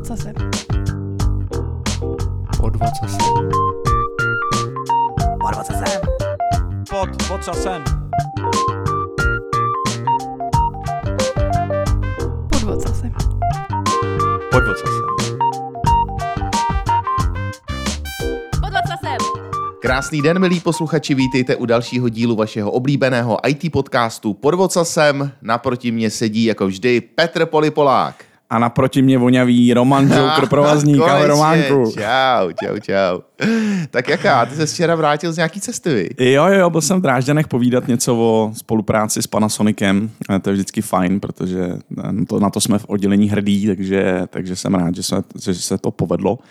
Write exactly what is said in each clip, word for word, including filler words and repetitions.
vocasem. Pod vocasem. Pod vocasem. Pod vocasem. Pod vocasem. Pod vocasem. Pod vocasem. Krásný den, milí posluchači, vítejte u dalšího dílu vašeho oblíbeného í té podcastu Pod vocasem. Naproti mě sedí jako vždy Petr Polipolák. A naproti mě vonavý Roman Joker provazník. Ahoj Románku. Čau, čau, čau. Tak jaká? Ty se včera vrátil z nějaký cesty, vy? Jo, jo, byl jsem v Drážďanech povídat něco o spolupráci s Panasonicem. To je vždycky fajn, protože to, na to jsme v oddělení hrdí, takže, takže jsem rád, že se, že se to povedlo.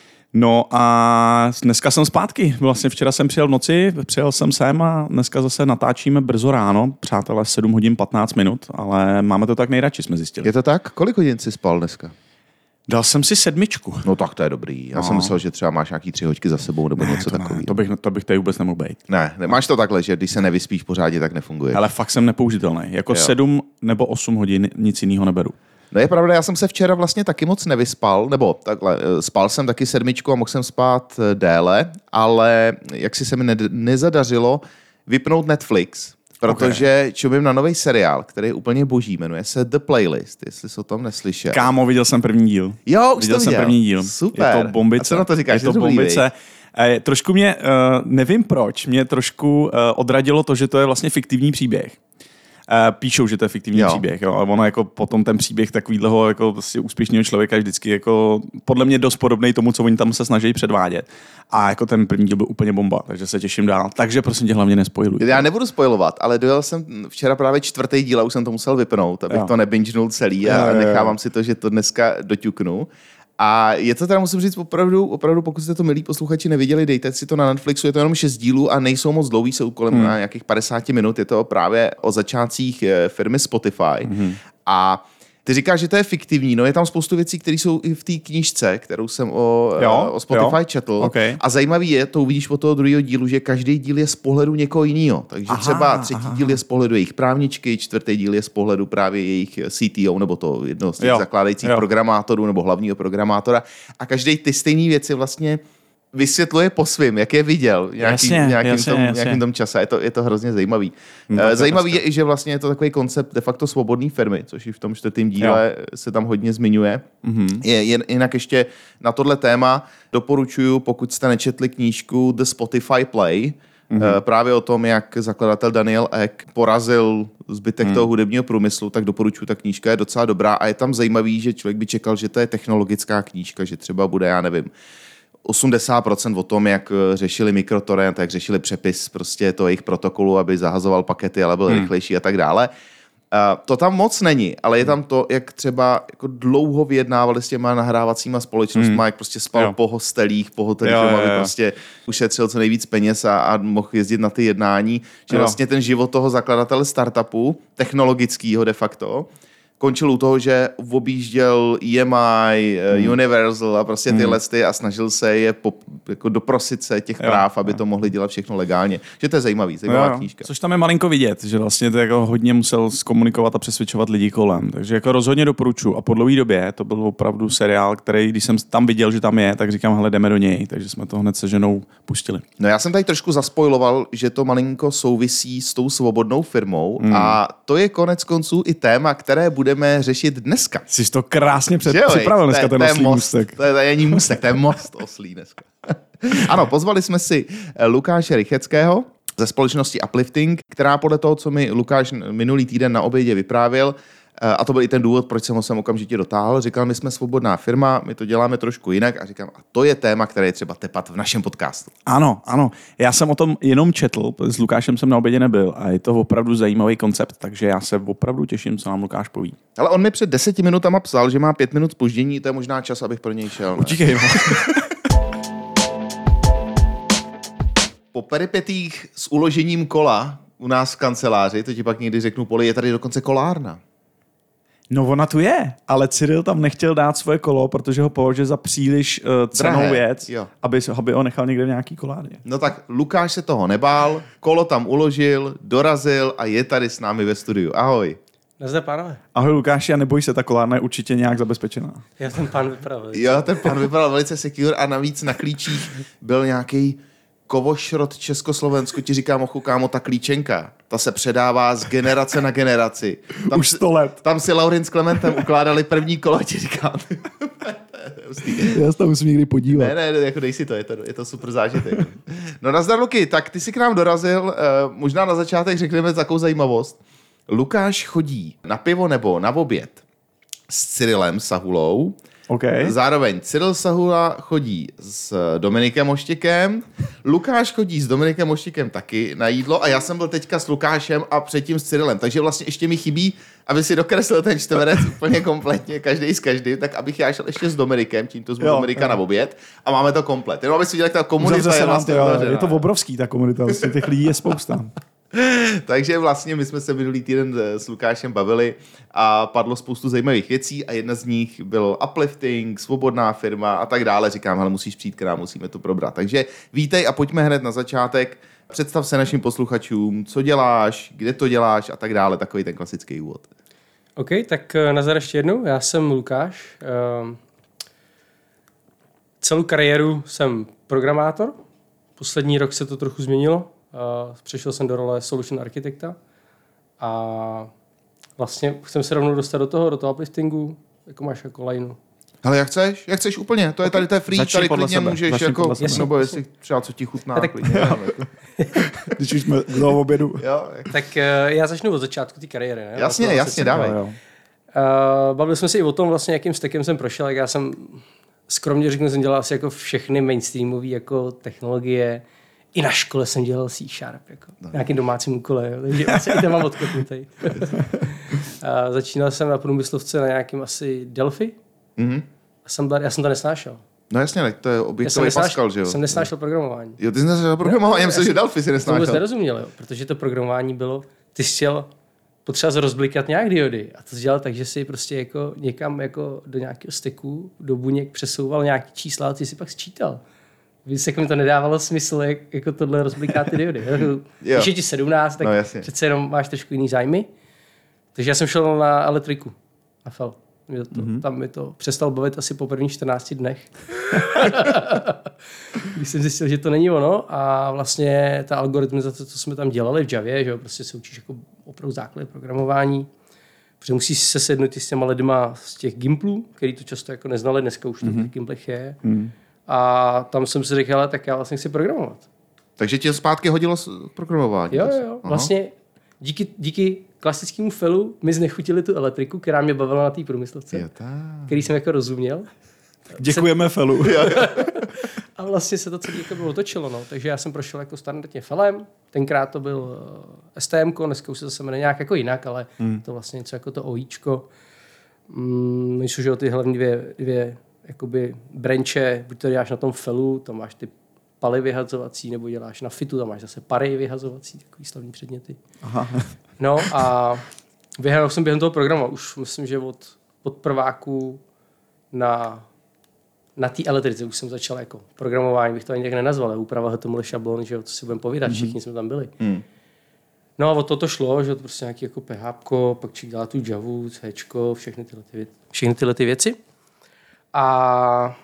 No a dneska jsem zpátky. Vlastně včera jsem přijel v noci, přijel jsem sem a dneska zase natáčíme brzo ráno. Přátelé, sedm hodin patnáct minut, ale máme to tak nejradši, jsme zjistili. Je to tak? Kolik hodin jsi spal dneska? Dal jsem si sedmičku. No tak to je dobrý. Já no. jsem myslel, že třeba máš nějaký tři hoďky za sebou nebo ne, něco to takového. Ne, to bych, to bych tady vůbec nemohl být. Ne, nemáš to takhle, že když se nevyspíš pořádně, tak nefunguje. Ale fakt jsem nepoužitelný. Jako jo. sedm nebo osm hodin nic jiného neberu. No je pravda, já jsem se včera vlastně taky moc nevyspal, nebo takhle, spal jsem taky sedmičku a mohl jsem spát déle, ale jak si se mi ne- nezadařilo vypnout Netflix, protože okay. čumím na nový seriál, který je úplně boží, jmenuje se The Playlist, jestli jsi o tom neslyšel. Kámo, viděl jsem první díl. Jo, už viděl to jsem viděl. první díl. Super. Je to bombice. A co na to říkáš? Je to bombice. Eh, trošku mě, uh, nevím proč, mě trošku uh, odradilo to, že to je vlastně fiktivní příběh. Uh, píšou, že to je fiktivní jo. příběh, jo, ale ono jako potom ten příběh takovýhleho jako prostě úspěšného člověka je vždycky jako podle mě dost podobný tomu, co oni tam se snaží předvádět. A jako ten první díl byl úplně bomba, takže se těším dál. Takže prosím tě, hlavně nespojluj. Já nebudu spojovat, ale dojel jsem včera právě čtvrtý díl a už jsem to musel vypnout, abych jo. to nebingenul celý a jo, jo, jo. nechávám si to, že to dneska doťuknu. A je to teda, musím říct, opravdu, opravdu, pokud jste to, milí posluchači, neviděli, dejte si to na Netflixu, je to jenom šest dílů a nejsou moc dlouhý, jsou kolem hmm. nějakých padesát minut, je to právě o začátcích firmy Spotify. Hmm. A ty říkáš, že to je fiktivní, no je tam spoustu věcí, které jsou i v té knížce, kterou jsem o, jo, o Spotify jo. četl. Okay. A zajímavý je, to uvidíš od toho druhého dílu, že každý díl je z pohledu někoho jiného. Takže aha, třeba třetí aha. díl je z pohledu jejich právničky, čtvrtý díl je z pohledu právě jejich C T O, nebo to jednoho z těch jo. zakládajících jo. programátorů, nebo hlavního programátora. A každý ty stejné věci vlastně vysvětluje po svým, jak je viděl v nějakým, jasně, nějakým, jasně, tom, jasně. nějakým tom čase. Je to, je to hrozně zajímavý. No, zajímavý je i, že vlastně je to takový koncept de facto svobodné firmy, což i v tom čtvrtém díle jo. se tam hodně zmiňuje. Mm-hmm. Je, je, jinak ještě na tohle téma doporučuji, pokud jste nečetli knížku The Spotify Play, mm-hmm. právě o tom, jak zakladatel Daniel Ek porazil zbytek mm. toho hudebního průmyslu, tak doporučuji, ta knížka je docela dobrá a je tam zajímavý, že člověk by čekal, že to je technologická knížka, že třeba bude, já nevím, osmdesát procent o tom, jak řešili mikrotorrent, jak řešili přepis prostě toho jejich protokolu, aby zahazoval pakety, ale byl hmm. rychlejší a tak dále. Uh, to tam moc není, ale je tam to, jak třeba jako dlouho vyjednávali s těma nahrávacíma společnostmi, hmm. jak prostě spal jo. po hostelích, po hotelích, jo, aby jo, jo. prostě ušetřil co nejvíc peněz a, a mohl jezdit na ty jednání. Že jo. vlastně ten život toho zakladatele startupu, technologického de facto, končil u toho, že objížděl E M I, hmm. Universal a prostě tyhle hmm. a snažil se je po, jako doprosit se těch jo, práv, aby jo. to mohli dělat všechno legálně. Že to je zajímavý, zajímavá jo, knížka. Což tam je malinko vidět, že vlastně to jako hodně musel zkomunikovat a přesvědčovat lidi kolem. Takže jako rozhodně doporučuji. A po dlouhé době to byl opravdu seriál, který, když jsem tam viděl, že tam je, tak říkám, hele, jdeme do něj. Takže jsme to hned se ženou pustili. No já jsem tady trošku zaspoiloval, že to malinko souvisí s tou svobodnou firmou hmm. a to je konec konců i téma, které bude budeme řešit dneska. Jsi to krásně před, připravil dneska, ten oslý můstek. To je, to je není můstek, to je most oslý dneska. Ano, pozvali jsme si Lukáše Rycheckého ze společnosti Uplifting, která podle toho, co mi Lukáš minulý týden na obědě vyprávěl, a to byl i ten důvod, proč jsem ho sem okamžitě dotáhl, říkal, my jsme svobodná firma, my to děláme trošku jinak a říkám, a to je téma, které je třeba tepat v našem podcastu. Ano, ano. Já jsem o tom jenom četl, s Lukášem jsem na obědě nebyl a je to opravdu zajímavý koncept, takže já se opravdu těším, co nám Lukáš poví. Ale on mi před deseti minutama psal, že má pět minut zpoždění, to je možná čas, abych pro něj šel. Utíkej, Po peripetích s uložením kola u nás v kanceláři, to ti pak někdy řeknu, Poli, je tady dokonce kolárna. No ona tu je, ale Cyril tam nechtěl dát svoje kolo, protože ho považuje za příliš uh, cennou Drahé, věc, aby, aby ho nechal někde v nějaký kolárně. No tak Lukáš se toho nebál, kolo tam uložil, dorazil a je tady s námi ve studiu. Ahoj. Nazdar, pánové. Ahoj Lukáši, a neboj se, ta kolárna je určitě nějak zabezpečená. Já ten pán vypadal velice. Jo, ten pan vypadal velice secure a navíc na klíčích byl nějaký kovošrot Československo, ti říká mochu, kámo, ta klíčenka, ta se předává z generace na generaci. Tam Už sto let. Tam si Laurin s Klementem ukládali první kolo, ti říkám. Já se tam musím někdy podívat. Ne, ne, jako dej si to, je to, je to super zážitek. No nazdar, Luky, tak ty jsi k nám dorazil, uh, možná na začátek řekneme takovou zajímavost. Lukáš chodí na pivo nebo na oběd s Cyrilem Sahulou. Okay. Zároveň Cyril Sahula chodí s Dominikem Moštěkem, Lukáš chodí s Dominikem Moštěkem taky na jídlo a já jsem byl teďka s Lukášem a předtím s Cyrilem, takže vlastně ještě mi chybí, aby si dokreslil ten čtverec úplně kompletně, každý s každým, tak abych já šel ještě s Dominikem, tímto zvu Dominika jo. na oběd a máme to komplet. Jenom aby si viděli, jak ta komunita je vlastně to, je to obrovský, ta komunita, vlastně těch lidí je spousta. Takže vlastně my jsme se minulý týden s Lukášem bavili a padlo spoustu zajímavých věcí a jedna z nich byl uplifting, svobodná firma a tak dále. Říkám, hele, musíš přijít k nám, musíme to probrat. Takže vítej a pojďme hned na začátek. Představ se našim posluchačům, co děláš, kde to děláš a tak dále. Takový ten klasický úvod. OK, tak nazdar ještě jednou. Já jsem Lukáš. Um, celou kariéru jsem programátor. Poslední rok se to trochu změnilo. Uh, přešel jsem do role solution architekta a vlastně chcem se rovnou dostat do toho, do toho upliftingu, jako máš jako lineu. Hele, jak chceš? Jak chceš úplně? To je tady, to je free, Začni tady podle klidně sebe. můžeš Začni jako, sebe. nebo jestli třeba co ti chutná, tak, klidně. Když už jsme do obědu. Jo, tak uh, já začnu od začátku té kariéry. Ne? jasně, jasně, dávej. Jo, jo. Uh, bavili jsme se i o tom, vlastně, jakým stekem jsem prošel, jak já jsem skromně řeknu, jsem dělal asi jako všechny mainstreamové jako technologie. I na škole jsem dělal C Sharp, jako no. nějakým domácím úkole, jo. Takže asi i ten mám odkopnutý. Začínal jsem na průmyslovce na nějakým asi Delphi. Mm-hmm. A jsem byl, já jsem to nesnášel. No jasně, to je objektový Pascal, že jo? Jsem nesnášel programování. Jo, ty jsi nesnášel programování, já myslím, že Delphi si nesnášel. To vůbec nerozuměl, jo, protože to programování bylo, ty jsi chtěl potřeba rozblikat nějak diody a to jsi dělal tak, že si prostě jako někam jako do nějakého steku, do buněk přesouval nějaký čísla a ty si pak sčítal. Víc, jako mi to nedávalo smysl, jak jako tohle rozbliká ty diody. Když je ti sedmnáct, tak no, přece jenom máš trošku jiný zájmy. Takže já jsem šel na elektriku, na F E L. To, mm-hmm. Tam mi to přestal bavit asi po prvních čtrnácti dnech. Když jsem zjistil, že to není ono a vlastně ta algoritmizace, co jsme tam dělali v Javě, že prostě se učíš jako opravdu základy programování, protože musíš se sednout s těma lidma z těch Gimplů, který to často jako neznali, dneska už to mm-hmm. v Gimplech je. Mm. A tam jsem si řekl, tak já vlastně chci programovat. Takže tě zpátky hodilo programování. Jo, jo, vlastně díky, díky klasickému F E Lu mi znechutili tu elektriku, která mě bavila na té průmyslovce, který jsem jako rozuměl. Děkujeme F E Lu. A vlastně se to celé jako bylo otočilo. No. Takže já jsem prošel jako standardně F E Lem, tenkrát to byl S T M ko, dneska už se zase jmenuje nějak jako jinak, ale hmm. to vlastně něco jako to OIčko. Mm, myslím, že ty hlavní dvě, dvě jakoby branche, buď to děláš na tom F E Lu, tam máš ty paly vyhazovací, nebo děláš na fitu, tam máš zase pary vyhazovací, takový slavný předměty. Aha. No a vyhrál jsem během toho programu, už myslím, že od, od prváku na, na té elektrice už jsem začal jako programování, bych to ani tak nenazval, ale úprava H T M L šablon, že co si budeme povídat, mm-hmm. všichni jsme tam byli. Mm. No a od toho to šlo, že to prostě nějaký jako PHpko, pak člověk dělá tu Javu, Cčko, všechny tyhle, ty, všechny tyhle ty věci. A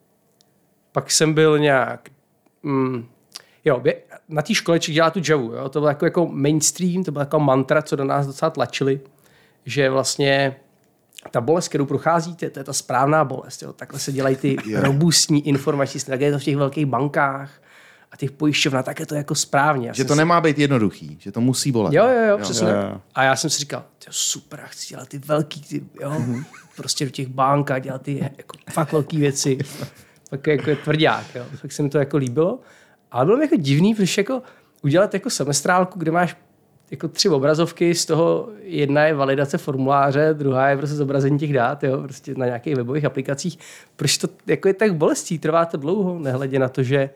pak jsem byl nějak... Mm, jo, na té škole člověk dělá tu Javu. Jo? To byl jako, jako mainstream, to byla jako mantra, co do nás docela tlačili, že vlastně ta bolest, kterou procházíte, to je ta správná bolest. Jo? Takhle se dělají ty robustní informační, tak je to v těch velkých bankách a těch pojišťovnách, tak je to jako správně. Já že to si... nemá být jednoduchý, že to musí bolet. Jo, jo, jo, přesně. Jo, jo. A já jsem si říkal, super, chci dělat ty velký, ty, jo, mm-hmm. prostě do těch bank a dělat ty jako, fakt velký věci. Tak jako je tvrdák, jo. Tak se mi to jako líbilo. Ale bylo mi jako divný, protože jako udělat jako semestrálku, kde máš jako tři obrazovky, z toho jedna je validace formuláře, druhá je prostě zobrazení těch dát, jo, prostě na nějakých webových aplikacích. Proč to jako je tak bolestí, trvá to dlouho, nehledě na to, že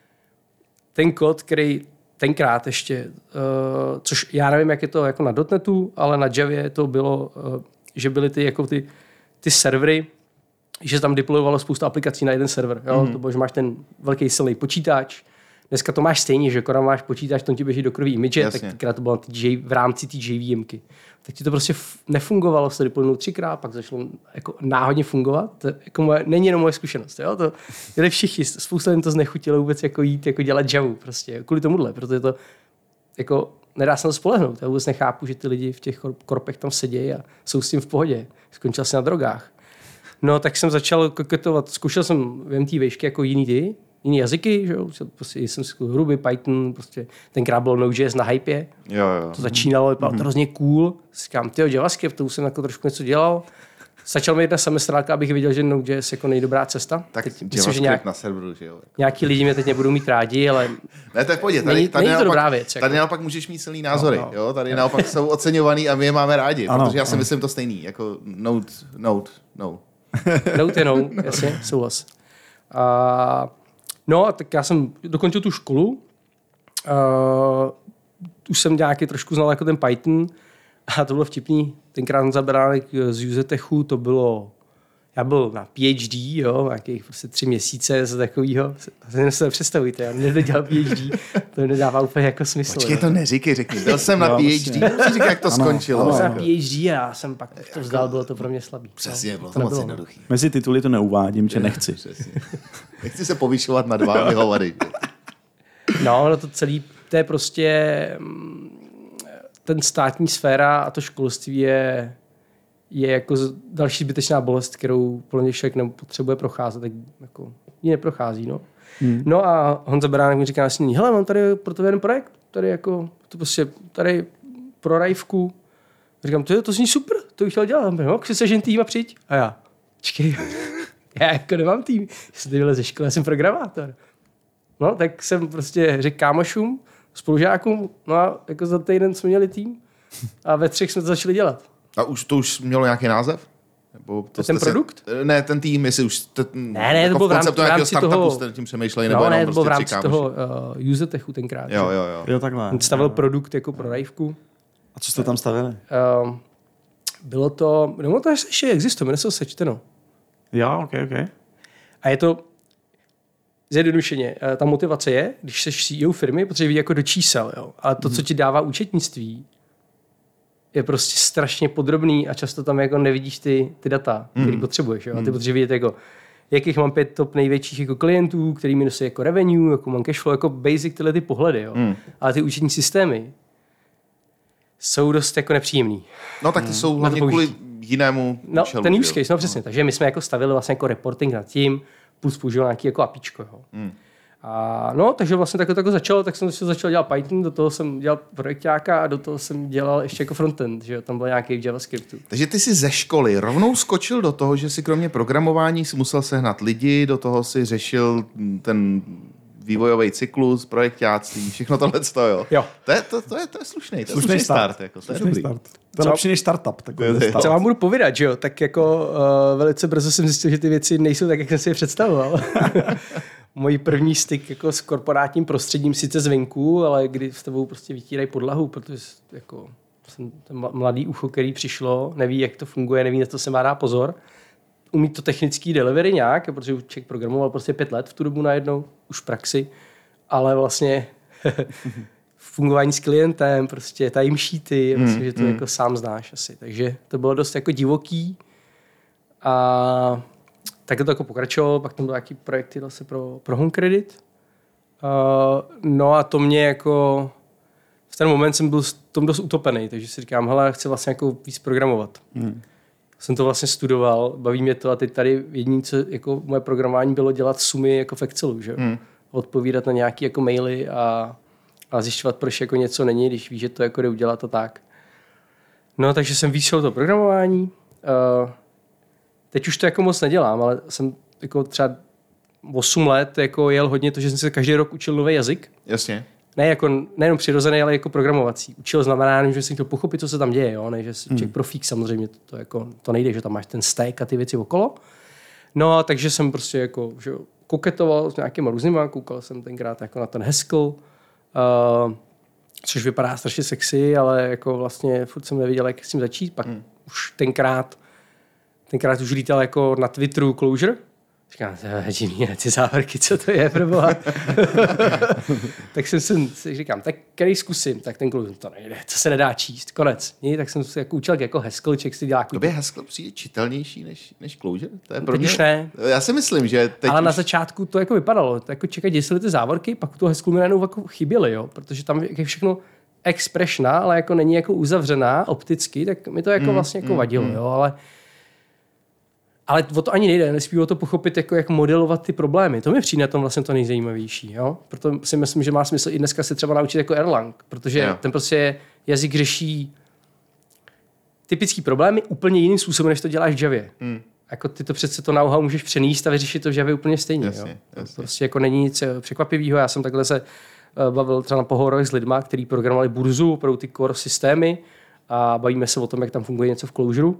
ten kód, který tenkrát ještě, uh, což já nevím, jak je to jako na dotnetu, ale na Javě to bylo, uh, že byly ty, jako ty, ty servery, že tam deployovalo spousta aplikací na jeden server. Jo? Mm. To bylo, že máš ten velký silný počítač, dneska to máš stejně, že akorát máš počítač, tom ti běží do krví image, Jasně. tak tenkrát to bylo v rámci té J V M ky. Tak ti to prostě f- nefungovalo, se vyplnul třikrát, pak začalo jako náhodně fungovat. To jako moje, není jenom moje zkušenost. Jo? To jeli všichni, spousta lidem to znechutilo vůbec jako jít, jako dělat Javu. Prostě, kvůli tomuhle, protože to jako nedá se na to spolehnout. Já vůbec nechápu, že ty lidi v těch korpech tam sedějí a jsou s tím v pohodě. Skončil jsem na drogách. No, tak jsem začal koketovat. Zkoušel jsem v M T výšky jako jiný ty, jiný jazyky, že jo. Prostě jsem si Ruby, Python, prostě tenkrát bylo Node.js na hype. Jo, jo. To začínalo, vypadalo mm-hmm. to hrozně cool. Říkám, tyjo, JavaScript, to už jsem jako trošku něco dělal. Začal mi jedna semestrálka, abych viděl, že Node.js jako nejdobrá cesta. Tak teď, JavaScript myslím, že nějak, na serveru, že jo. nějaký lidi mě teď nebudou mít rádi, ale Ne, to je v pohodě. Tady, Není- tady, není to naopak, dobrá věc, jako. tady naopak můžeš mít silný názory. No, no. Jo? Tady naopak jsou oceňovaný a my je máme rádi. Ano, protože já si ano. myslím to stejný. Jako Node, Node, no. Node je no, jasně, souhlas. A, no a tak já jsem dokončil tu školu. Uh, už jsem nějaký trošku znal jako ten Python a to bylo vtipný. Tenkrát na zaberánek z UZTechu to bylo, já byl na PhD, jo, nějakých prostě tři měsíce z takového. Se nepředstavujte, já nedodělal PhD, to nedává úplně jako smysl. Počkej, jo. to neříkej, řekni. Byl jsem na Jo, PhD. vlastně. Musíš říkat, jak to Ano, skončilo. ano. Byl jsem Jako. na PhD a já jsem pak to vzdal, bylo to pro mě slabý. Přesně, No, bylo to moc nebylo. jednoduchý. Mezi tituly to neuvádím, že nechci. Přesně. Nechci se povyšovat nad vámi hovady. No, no to celý, to je prostě mm, ten státní sféra a to školství je, je jako z- další zbytečná bolest, kterou podle mě člověk nepotřebuje procházet, tak jako ji neprochází, no. Hmm. No a Honza Beránek mi říká na snídaní, hele, mám tady pro tebe jeden projekt, tady jako, to prostě, tady pro Rajvku. Říkám, to, to zní super, to bych chtěl dělat. No, si sežen tým a přijď. A já, čekej, já jako nemám tým, jsem tady byl ze školy, já jsem programátor. No, tak jsem prostě řekl kámošům, spolužákům, no a jako za týden jsme měli tým a ve třech jsme to začali dělat. A už to už mělo nějaký název? Nebo to Ten jste produkt? Si, ne, ten tým, jestli už jste, Ne, ne, jako to bylo v v rámci- konceptu v nějakého rámci startupu toho- jste tím přemýšleli, nebo No, jenom ne, to bylo prostě v tři rámci kámoši? toho uh, UZTechu tenkrát. Jo, že? jo, jo. Jo, takhle. On stavil produkt jako pro Rajvku. A co jste tam stavili? Uh, bylo to, no to ještě existuje, jmenuje se to Sečteno. Jo, ok, ok. A je to zjednodušeně. eh, Ta motivace je, když jsi C E O firmy, potřebuje vidět jako do čísel. Jo? Ale to, co ti dává účetnictví, je prostě strašně podrobný a často tam jako nevidíš ty, ty data, které potřebuješ. Jo? A ty potřebuješ vidět jako, jakých mám pět top největších jako klientů, který mi nosí jako revenue, jako mám cashflow, jako basic tyhle ty pohledy. Jo? Mm. Ale ty účetní systémy jsou dost jako nepříjemný. No tak ty jsou hlavně to kvůli použití. jinému No, účelu, ten že use jo? case, no přesně. Takže my jsme jako stavili vlastně jako reporting nad tím, plus použil nějaký jako apíčko. Jo. Hmm. A no, takže vlastně takhle takhle začalo, tak jsem začal dělat Python, do toho jsem dělal projekťáka a do toho jsem dělal ještě jako frontend, že jo, tam byl nějaký v JavaScriptu. Takže ty jsi ze školy rovnou skočil do toho, že si kromě programování si musel sehnat lidi, do toho si řešil ten vývojový cyklus, projekťáctví, všechno tohle jo. Jo. To je, to, to je, to je slušný, to je Slušný slušný start. start. Jako, to je Slušný dobrý. start. To je lepší než startup. Takový To je- start. Co vám budu povídat, že jo, tak jako uh, velice brzo jsem zjistil, že ty věci nejsou tak, jak jsem si je představoval. Můj první styk jako s korporátním prostředím, sice zvenku, ale kdy s tebou prostě vytírají podlahu, protože jako jsem ten mla- mladý ucho, který přišlo, neví, jak to funguje, neví, na to se má dát pozor. Umí to technický delivery nějak, protože už člověk programoval prostě pět let v tu dobu najednou, už v praxi, ale vlastně fungování s klientem, prostě timesheety, Mm, myslím, že to mm. jako sám znáš asi. Takže to bylo dost jako divoký a tak to jako pokračovalo, pak tam byly nějaký projekty vlastně pro, pro Home Credit. Uh, no a to mě jako v ten moment jsem byl v tom dost utopený, takže si říkám, hele, chci vlastně jako víc programovat. Hmm. Jsem to vlastně studoval, baví mě to a teď tady jediné, co jako moje programování bylo dělat sumy jako v Excelu, že? Hmm. Odpovídat na nějaké jako maily a, a zjišťovat, proč jako něco není, když víš, že to jako jde udělat a tak. No, takže jsem vyšel to programování. Uh, teď už to jako moc nedělám, ale jsem jako třeba osm let jako jel hodně to, že jsem se každý rok učil nový jazyk. Jasně. Ne jako, nejenom přirozený, ale jako programovací. Učil znamená, že si chtěl pochopit, co se tam děje, jo? Ne, že si člověk profík samozřejmě, to, to, jako, to nejde, že tam máš ten stack a ty věci okolo. No a takže jsem prostě jako, že koketoval s nějakýma různýma, koukal jsem tenkrát jako na ten Haskell, uh, což vypadá strašně sexy, ale jako vlastně furt jsem nevěděl, jak s tím začít. Pak hmm. už tenkrát, tenkrát už lítal jako na Twitteru Clojure. Říkám, to je divný, ty závorky, co to je, proboha. Tak jsem si říkám, tak který zkusím, tak ten kluk, to nejde, to se nedá číst, konec. Nie, tak jsem si jako učil jako Haskell, člověk si dělá. Tobě Haskell přijde čitelnější než, než Clojure? To je pro teď mě... už ne. Já si myslím, že teď ale už... na začátku to jako vypadalo, to jako čekat, děsily ty závorky, pak u toho Haskellu mi najednou jako chyběly, jo, protože tam je všechno expressná, ale jako není jako uzavřená opticky, tak mi to jako mm, vlastně jako mm, vadilo, mm. jo, ale Ale o to ani nejde, nespí o to pochopit, jako, jak modelovat ty problémy. To mi přijde na tom vlastně to nejzajímavější. Jo? Proto si myslím, že má smysl i dneska se třeba naučit jako Erlang, protože jo. ten prostě jazyk řeší typický problémy úplně jiným způsobem, než to děláš v Javě. Hmm. Jako ty to přece to know-how můžeš přenést a vyřešit to v Javě úplně stejně. Jasně, jo? jasně. Prostě jako není nic překvapivého. Já jsem takhle se bavil třeba na pohovorech s lidma, kteří programovali burzu pro ty core systémy a bavíme se o tom, jak tam funguje něco v Clojure.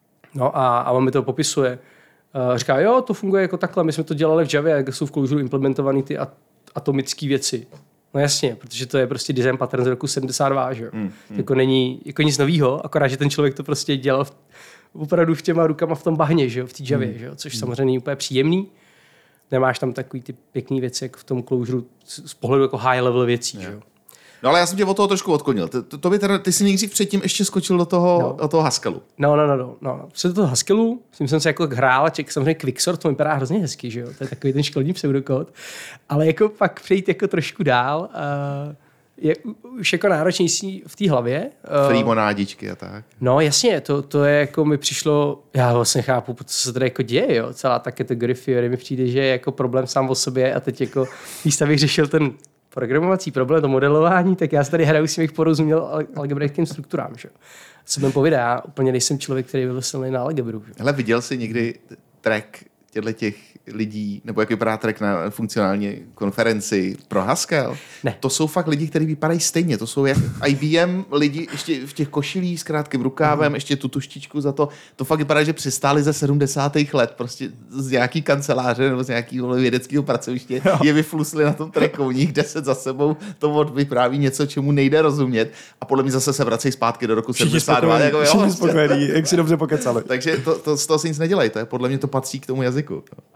No a, a on mi to popisuje. Uh, říká, jo, to funguje jako takhle, my jsme to dělali v Javě, jak jsou v Clojure implementované ty at- atomické věci. No jasně, protože to je prostě design pattern z roku sedmdesát dva, že jo. Mm, mm. Jako není jako nic novýho, akorát, že ten člověk to prostě dělal v, opravdu v těma rukama v tom bahně, že jo, v té Javě, mm. že jo, což mm. samozřejmě není úplně příjemný. Nemáš tam takový ty pěkný věci, jako v tom Clojure z pohledu jako high level věcí, yeah. že jo. No ale já jsem tě od toho trošku odklonil. To, to, to by teda, ty jsi nejdřív předtím ještě skočil do toho, no. do toho Haskellu. No, no, no, no. no. Co do toho Haskellu, s tím jsem se jako hrál, ček, samozřejmě Quicksort, to vypadá hrozně hezky, že jo? To je takový ten školní pseudokód. Ale jako pak přejít jako trošku dál, uh, je už jako náročnější v té hlavě. Uh, Freemonádičky a tak. No jasně, to, to je jako mi přišlo, já vlastně chápu, co se tady jako děje, jo? Celá ta kategorie theory mi přijde, že je jako problém sám o sobě a teď jako místo bych řešil ten programovací problém, to modelování, tak já se tady hraju, jsem jich porozuměl algebraickým strukturám. Že? Co bym pověděl, já úplně nejsem člověk, který byl silný na algebru. Že? Hele, viděl jsi někdy track těchto těch lidí, nebo jak vypadá track na funkcionální konferenci pro Haskell? Ne. To jsou fakt lidi, kteří vypadají stejně. To jsou jak I B M lidi ještě v těch košilích s krátkým rukávem, mm. ještě tu tuštičku za to. To fakt vypadá, že přistáli ze sedmdesátých let prostě z nějaký kanceláře nebo z nějakého vědeckého pracoviště jo. je vyflusli na tom tracku, u nich deset za sebou, to od vypráví něco, čemu nejde rozumět a podle mě zase se vracejí zpátky do roku sedmdesát dva. Jako, jo, všichni spokojení, jak si dobře pokecali. Takže to, to, z toho si nic nedělají, to je, podle mě to patří k tomu jazyku.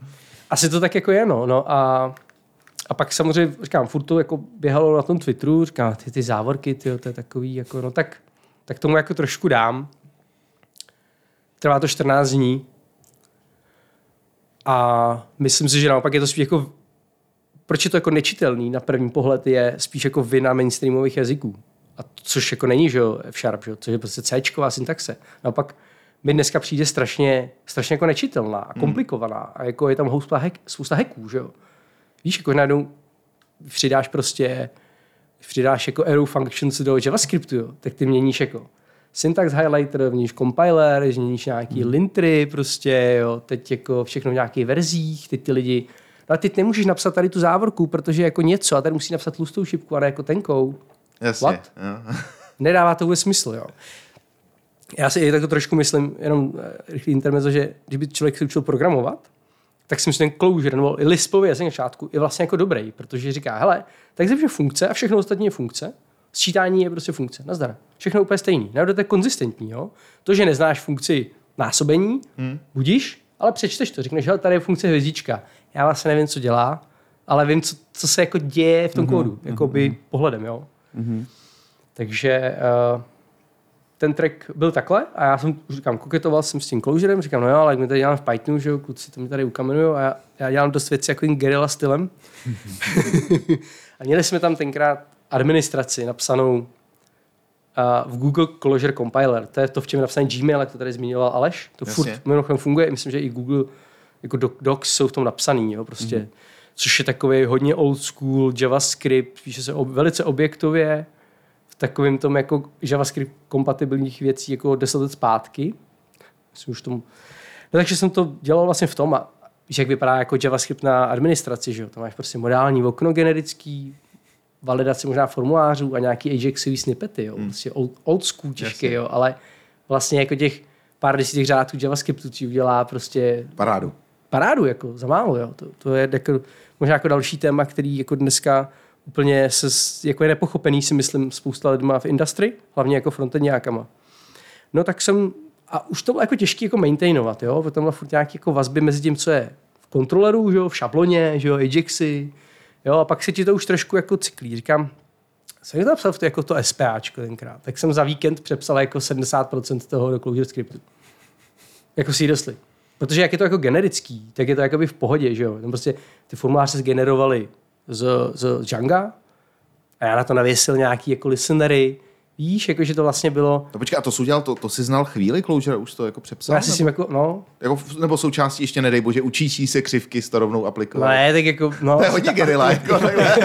Asi to tak jako je, no. no a, a pak samozřejmě, říkám, furt to jako běhalo na tom Twitteru, říkám, ty, ty závorky, ty, to je takový, jako, no tak, tak tomu jako trošku dám. Trvá to čtrnáct dní. A myslím si, že naopak je to spíš jako, proč je to jako nečitelný na první pohled, je spíš jako vina mainstreamových jazyků. A což jako není, že jo, F-sharp, že jo, což je prostě C-čková syntaxe. Naopak mi dneska přijde strašně, strašně jako nečitelná a komplikovaná. A jako je tam spousta, hack, spousta hacků, že jo. Víš, jako najednou přidáš prostě, přidáš jako arrow functions do JavaScriptu, jo, tak ty měníš jako syntax highlighter, měníš compiler, změníš nějaký hmm. lintry prostě, jo, teď jako všechno v nějakých verzích, teď ty lidi, no a teď nemůžeš napsat tady tu závorku, protože jako něco, a tady musí napsat tlustou šipku, a ne jako tenkou. Jasně. What? Nedává to vůbec smysl, jo. Já si i tak to trošku myslím, jenom rychlý intermezzo, že kdyby člověk se učil programovat, tak si myslím, že ten Clojure nebo Lispový jazyk na začátku je vlastně jako dobrý, protože říká, hele, tak je funkce a všechno ostatní je funkce. Sčítání je prostě funkce, nazdar. Všechno úplně stejný. Najednou to je konzistentní. Jo? To, že neznáš funkci násobení, hmm. budíš, ale přečteš to. Řekneš, hele, tady je funkce hvězdička. Já vlastně nevím, co dělá, ale vím, co, co se jako děje v tom mm-hmm. kódu. Jakoby mm-hmm. pohledem, jo. Mm-hmm. Takže uh, ten track byl takhle a já jsem, říkám, koketoval jsem s tím Clojurem, říkám, no jo, ale jak my tady dělám v Pythonu, že jo, kluci to mi tady ukamenujou a já, já dělám dost věci jako jim guerilla stylem. A měli jsme tam tenkrát administraci napsanou uh, v Google Clojure Compiler. To je to, v čem je napsaný Gmail, jak to tady zmiňoval Aleš. To Jasně. furt mimochodem funguje. Myslím, že i Google jako Docs jsou v tom napsaný, jo, prostě. Mm-hmm. Což je takový hodně old school JavaScript, píše se ob, velice objektově, v takovém tom jako JavaScript kompatibilních věcí jako deset let zpátky. Myslím, už tomu... No, takže jsem to dělal vlastně v tom, a, že jak vypadá jako JavaScript na administraci, že jo. Tam máš prostě modální okno generický, validaci možná formulářů a nějaký Ajaxový snippety, jo. Hmm. Prostě old, old school těžké, jo, ale vlastně jako těch pár desítek řádků JavaScriptu ti udělá prostě... Parádu. Parádu, jako za málo, jo. To, to je jako, možná jako další téma, který jako dneska úplně se, jako je nepochopený, si myslím, spousta lidma v industrii, hlavně jako frontendňákama. No tak jsem, a už to bylo jako těžké jako maintainovat, jo, protože tam byla furt nějaké jako vazby mezi tím, co je v kontrolerů, že jo, v šabloně, že jo, Ajaxy, jo, a pak se ti to už trošku jako cyklí. Říkám, jsem to napsal v to, jako to SPAčko tenkrát, tak jsem za víkend přepsal jako sedmdesát procent toho do Clojure scriptu. Jako seriously. Protože jak je to jako generický, tak je to jakoby v pohodě, že jo. Tam prostě ty formuláře se generovaly z, z Djanga a já na to navěsil nějaký jako listenery. Víš, jakože to vlastně bylo... No počkej, a to jsi udělal, to, to jsi znal chvíli Clojure, už to jako přepsal? Já si s tím jako, no... Jako, nebo součástí ještě, nedej bože, učící se křivky s to rovnou aplikovat. No ne, tak jako... No, to je hodně gerila, jako.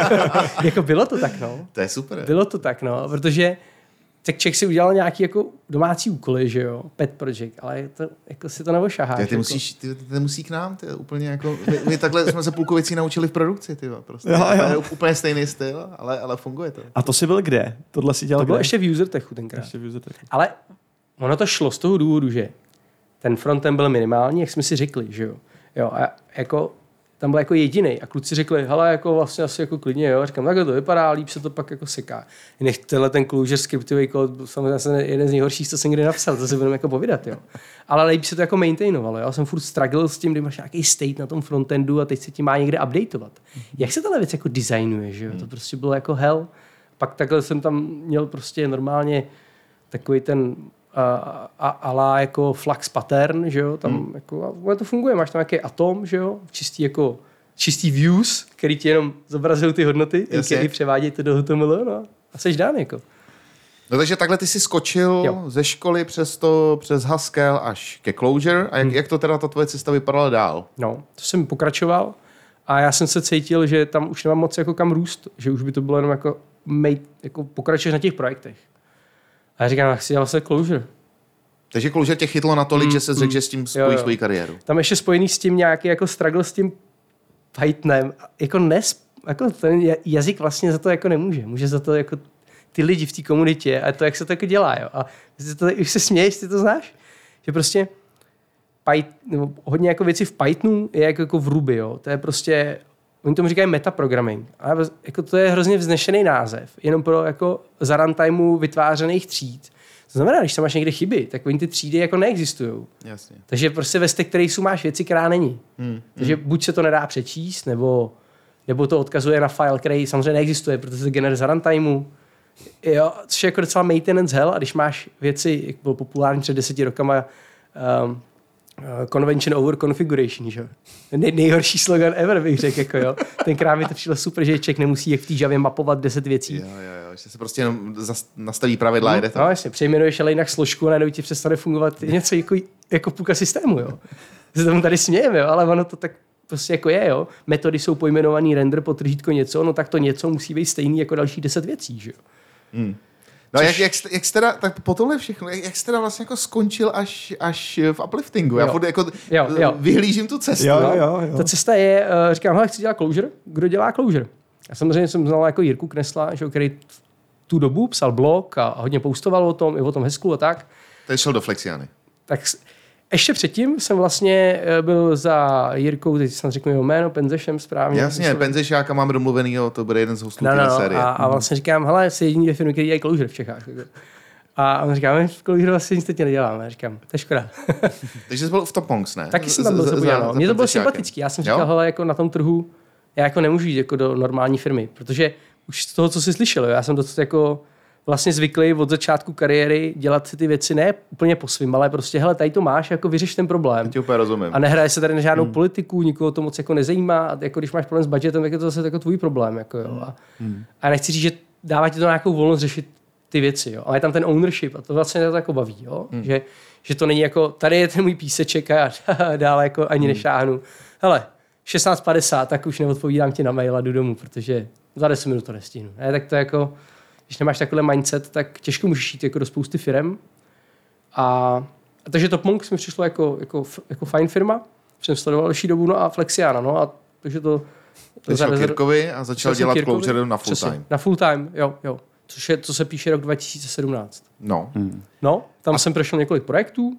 Jako bylo to tak, no. To je super. Bylo to tak, no, protože tak Čech si udělal nějaký jako domácí úkoly, že jo, pet project, ale to, jako si to nevošaháš. Ty, ty, jako. musíš, ty, ty, ty musí k nám, ty úplně jako, my, my takhle jsme se půlku věcí naučili v produkci, ty prostě. Jo, jo. To je úplně stejný styl, ale, ale funguje to. A to si byl kde? Tohle si dělal To bylo kde? ještě v UserTechu tenkrát. Ještě v UserTechu. Ale ono to šlo z toho důvodu, že ten frontend byl minimální, jak jsme si řekli, že jo. Jo, a jako tam byl jako jediný a kluci řekli, hele, jako vlastně asi jako klidně, jo. Říkám, tak to vypadá, líp se to pak jako seká. Nech tenhle ten Clojure scriptový kód, samozřejmě jeden z nejhorších, co jsem kdy napsal, to si budeme jako povídat, jo. Ale líp se to jako maintainovalo, jo. Já jsem furt struggle s tím, kdy máš nějaký state na tom frontendu a teď se ti má někde updateovat. Jak se tahle věc jako designuje, že jo. To prostě bylo jako hell. Pak takhle jsem tam měl prostě normálně takový ten a, a, ala jako flux pattern, že jo, tam hmm. jako, a to funguje, máš tam nějaký atom, že jo, čistý jako, čistý views, který ti jenom zobrazují ty hodnoty, který převádějí to do H T M L, no a seš dán, jako. No takže takhle ty jsi skočil jo. ze školy přes to, přes Haskell až ke Clojure a jak, hmm. jak to teda ta tvoje cesta vypadala dál? No, to jsem pokračoval a já jsem se cítil, že tam už nemám moc jako kam růst, že už by to bylo jenom jako, made, jako pokračuješ na těch projektech. A já říkám, já chci dělat se Clojure. Takže Clojure tě chytlo natolik, mm, že se řekl, mm, že s tím spojí svoji kariéru. Tam ještě spojený s tím nějaký jako struggle s tím Pythonem. Jako, nes, jako ten jazyk vlastně za to jako nemůže. Může za to jako ty lidi v té komunitě a to, jak se to jako dělá. Jo. A to, už se směješ, ty to znáš? Že prostě Python, nebo hodně jako věci v Pythonu je jako, jako v Ruby. Jo. To je prostě, oni tomu říkají metaprogramming. A jako to je hrozně vznešený název. Jenom pro jako za runtimeu vytvářených tříd. To znamená, když tam máš někde chyby, tak oni ty třídy jako neexistují. Jasně. Takže prostě ve stack trace'u máš věci, která není. Hmm. Takže hmm. buď se to nedá přečíst, nebo, nebo to odkazuje na file, který samozřejmě neexistuje, protože se generuje za runtimeu. Jo, což je jako docela maintenance hell, a když máš věci, jak bylo populární před deseti rokama, um, Uh, convention over configuration, že? Nej, nejhorší slogan ever, bych řekl, jako jo. Tenkrát mi to přišlo super, že člověk nemusí jak v té Javě mapovat deset věcí. Jo, jo, jo, že se prostě jenom nastaví pravidla, no, jde to. No, jasně, přejmenuješ ale jinak složku a najednou ti přestane fungovat něco jako, jako půlka systému, jo. Se tomu tady smějeme, jo, ale ono to tak prostě jako je, jo. Metody jsou pojmenovaný render, potržítko něco, no tak to něco musí být stejný jako další deset věcí, že jo. Hmm. No Což... jak, jak, jak jste teda, tak po tohle všechno, jak, jak jste teda vlastně jako skončil až, až v upliftingu? Já furt jako jo, jo. vyhlížím tu cestu. Jo, no? jo, jo. Ta cesta je, uh, říkám, hele, chci dělat Clojure, kdo dělá Clojure? Já samozřejmě jsem znal jako Jirku Knesla, že, který tu dobu psal blog a hodně postoval o tom, i o tom Haskelu a tak. Teď šel do Flexiany. Tak ještě předtím jsem vlastně byl za Jirkou, teď snad řeknu jeho jméno, Penzešem správně. Jasně, Penzešáka máme domluvenýho, to bude jeden z hostů no, té no, série. A, a vlastně říkám, hele, jsi jediný firmy, který dělají Clojure v Čechách. A on říká, v Clojure vlastně nic teď neděláme. Já říkám, to je škoda. Takže jsi byl v Topongs, ne? Taky jsem tam byl zapodíval. Mně to bylo sympatický. Já jsem říkal, hele, jako na tom trhu, já jako nemůžu jít jako do normální firmy, protože už z toho, co jsi slyšel, já jsem docela jako vlastně zvyklý od začátku kariéry dělat si ty věci ne úplně po svým, ale prostě, hele, tady to máš, jako vyřeš ten problém. Já ti úplně rozumím. A nehraje se tady na žádnou hmm. politiku, nikoho to moc jako nezajímá, a jako když máš problém s budgetem, tak je to zase jako tvůj problém. Jako, jo. A, hmm. a nechci říct, že dává ti to nějakou volnost řešit ty věci, jo. Ale je tam ten ownership a to vlastně to jako baví, jo. Hmm. Že, že to není jako, tady je ten můj píseček a já dále jako ani hmm. nešáhnu. Hele, šestnáct padesát, tak už neodpovídám ti na mail a jdu domů, protože za deset minut to nestihnu. Ne, tak to jako, když nemáš takový mindset, tak těžko můžeš jít jako do spousty firem. A, a takže Topongs mi přišlo jako, jako, jako fajn firma. Jsem sledoval další dobu, no a Flexiana, no a takže to... to šel Kirkovi a začal dělat Clojure na full time. Na full time, jo, jo. Což je, co se píše rok dva tisíce sedmnáct. No. Hmm. No, tam a... jsem prošel několik projektů.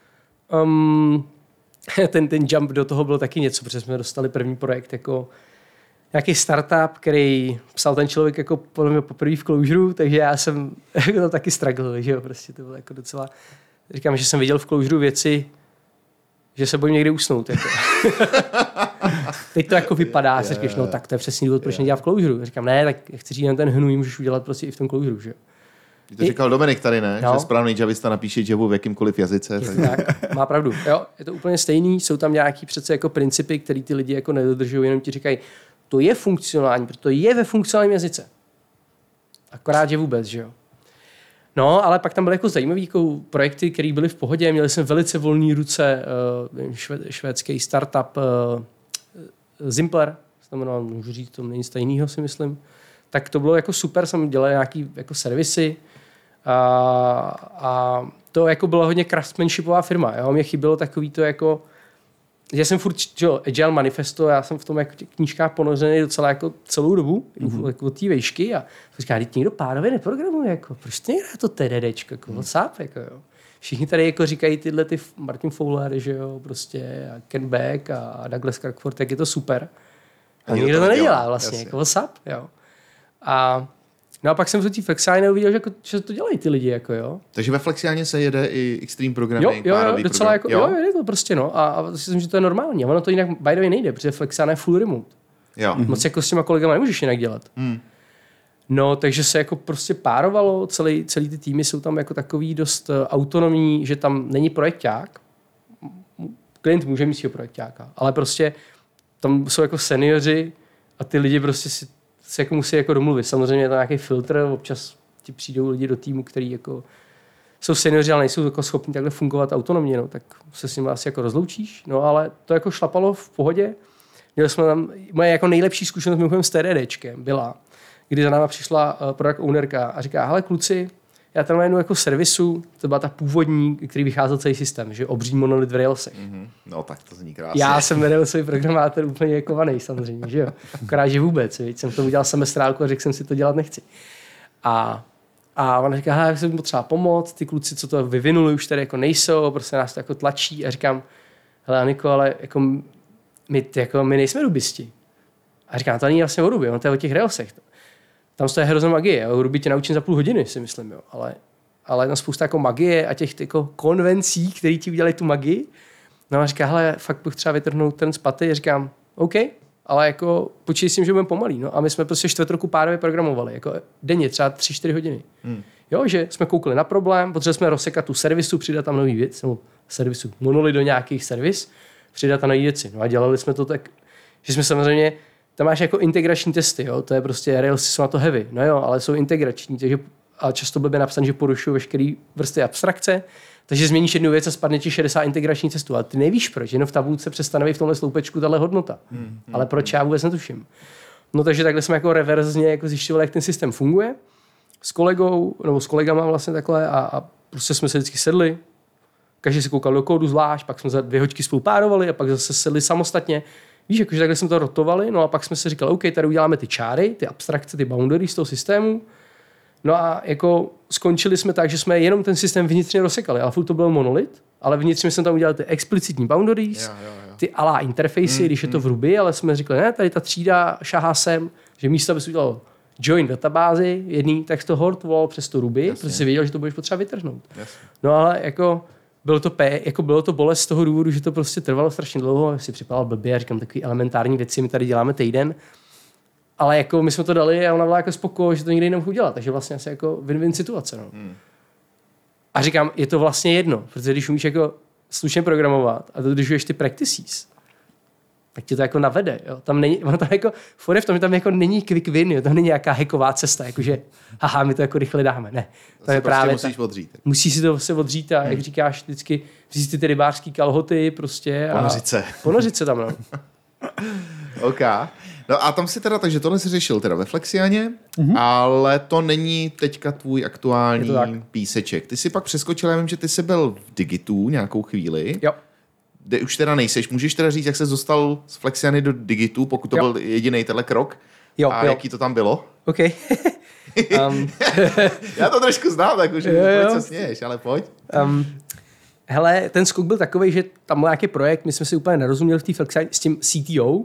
Um, ten, ten jump do toho byl taky něco, protože jsme dostali první projekt jako nějaký startup, který psal ten člověk jako podle mě poprvé v Clojure, takže já jsem to taky struggle, že jo, prostě to bylo jako docela, říkám, že jsem viděl v Clojure věci, že se bojím někdy usnout. Jako. Teď to jako vypadá, a si říkáš, no tak to je přesně důvod, proč nedělám v Closuru. Říkám, ne, tak chci říct, ten hnůj můžeš udělat prostě i v tom Closuru, že jo. To říkal Dominik tady, ne? No. Že správný javista napíše Javu v jakýmkoliv jazyce. Tak. Tak, má pravdu. Jo, je to úplně stejný, jsou tam nějaký přece jako principy, které ty lidi jako nedodržují, jenom ti říkají, to je funkcionální, protože to je ve funkcionálním jazyce. Akorát, že vůbec, že jo. No, ale pak tam byly jako zajímavý jako projekty, které byly v pohodě. Měli jsme velice volné ruce, uh, šve, švédský startup uh, Zimpler, to jmenoval, můžu říct, to není nic stejného, si myslím. Tak to bylo jako super, jsem dělal nějaký jako servisy a, a to jako byla hodně craftsmanshipová firma. Jo? Mě chybělo takový to jako, já jsem furt, jo, Agile Manifesto, já jsem v tom jako knížkách ponořený docela jako celou dobu, mm-hmm. jako od té vejšky a říká, teď někdo párově neprogramuje, jako, proč ty nehrá to T D Dčko, jako, WhatsApp, jako, jo. Všichni tady jako říkají tyhle ty Martin Fowler, že jo, prostě a Ken Beck a Douglas Crockford, tak je to super. A nikdo to nedělá vlastně, jasně. Jako WhatsApp, jo. A no a pak jsem v té Flexiáně uviděl, že, jako, že to dělají ty lidi, jako jo. Takže ve Flexiáně se jede i extreme programming, jo, jo, jo, docela program. jako, jo, jo, je to prostě, no. A, a myslím, že to je normální. A ono to jinak by the way nejde, protože Flexiána je full remote. Jo. Mm-hmm. Moc jako s těma kolegama nemůžeš jinak dělat. Mm. No, takže se jako prostě párovalo, celý, celý ty týmy jsou tam jako takový dost autonomní, že tam není projekťák. Klient může mít svého projekťáka, ale prostě tam jsou jako seniori a ty lidi prostě si se jako musí jako domluvit. Samozřejmě je to nějaký filtr, občas ti přijdou lidi do týmu, kteří jako jsou seniori, ale nejsou jako schopni takhle fungovat autonomně, no, tak se s nimi asi jako rozloučíš. No, ale to jako šlapalo v pohodě. Měli jsme tam, moje jako nejlepší zkušenost mimochodem s TDDčkem byla, kdy za náma přišla uh, product ownerka a říká, hele kluci, já tam mám jednu jako servisu, to byla ta původní, který vycházel celý systém, že obří monolit v Railsech. Mm-hmm. No tak to zní krásně. Já jsem Railsový programátor úplně jako vanej samozřejmě, že jo. Akorát, že vůbec, víc. Jsem tomu dělal semestrálku a řekl jsem si, to dělat nechci. A, a ona říká, hele, jak jsem potřeba pomoct, ty kluci, co to vyvinuli, už tady jako nejsou, prostě nás to jako tlačí a říkám, hele Aniko, ale jako my, jako my nejsme rubisti. A říkám, to není vlastně o Ruby, ono to je o těch Railsech. Tam to je hrozná magie. O Ruby tě naučím za půl hodiny, si myslím, jo. Ale, ale na spousta jako magie a těch jako konvencí, které ti udělají tu magii. No a říká, hele, fakt bych třeba vytrhnout ten z paty. A říkám, OK, ale jako počítej s tím, že budeme pomalý. No a my jsme prostě čtvrt roku párově programovali, jako denně, třeba tři čtyři hodiny. Hmm. Jo, že jsme koukli na problém, potřebovali jsme rozsekat tu servisu, přidat tam nový věc, nebo servisu, monolit do nějakých servis, přidat tam nový věci. No a dělali jsme to tak, že jsme samozřejmě tam máš jako integrační testy, jo? To je prostě Rails jsou na to heavy, no jo, ale jsou integrační, takže a často blbě napsané, že porušují veškeré vrstvy abstrakce, takže změníš jednu věc a spadne ti šedesát integračních testů, ale ty nevíš proč, jenom v tabulce přestane v tomhle sloupečku tahle hodnota, hmm, hmm, ale proč já vůbec netuším. No takže takhle jsme jako reverzně jako zjišťovali, jak ten systém funguje s kolegou, nebo s kolegama vlastně takhle a, a prostě jsme se vždycky sedli, každý si koukal do kódu zvlášť, pak jsme za dvě hoďky spolu párovali a pak zase sedli samostatně. Víš, jakože takhle jsme to rotovali, no a pak jsme si říkali, OK, tady uděláme ty čáry, ty abstrakce, ty boundary z toho systému. No a jako skončili jsme tak, že jsme jenom ten systém vnitřně rozsekali, ale furt to byl monolit, ale vnitřně jsme tam udělali ty explicitní boundaries, jo, jo, jo. ty alá interfejsy, mm, když mm. je to v Ruby, ale jsme říkali, ne, tady ta třída šahá sem, že místo, aby se udělalo join databázi jedný, tak to hort volal přes to Ruby, jasně, protože si věděl, že to budeš potřeba vytrhnout. Jasně. No ale jako Bylo to, P, jako bylo to bolest z toho důvodu, že to prostě trvalo strašně dlouho, si připadal blbě, říkám, takový elementární věci, my tady děláme týden, ale jako my jsme to dali a ona byla jako spokojená, že to nikdy nemohu dělat, takže vlastně asi jako win-win situace. No. Hmm. A říkám, je to vlastně jedno, protože když umíš jako slušně programovat a dodržuješ ty practices, tak tě to jako navede. Jo. Tam není, ono tam jako, fore v tom, tam jako není quick win, jo. Tam není nějaká hacková cesta, jakože haha, my to jako rychle dáme. Ne. To, to je prostě právě musíš ta, odřít. Musíš si to se odřít a hmm. jak říkáš vždycky, vzít ty, ty rybářský kalhoty prostě. Ponořit se. Ponořit se tam, no. OK. No a tam si teda, takže tohle si řešil teda ve Flexiáně, mm-hmm. ale to není teďka tvůj aktuální píseček. Ty jsi pak přeskočil, já vím, že ty jsi byl v Digitu nějakou chvíli. Jo. Kde už teda nejseš. Můžeš teda říct, jak jsi dostal z Flexiany do Digitu, pokud to jo. byl jediný tenhle krok? Jo, a jo. jaký to tam bylo? OK. um. Já to trošku znám, tak už se směješ, ale pojď. Um. Hele, ten skok byl takový, že tam byl nějaký projekt, my jsme si úplně nerozuměli v té Flexiáně s tím C T O.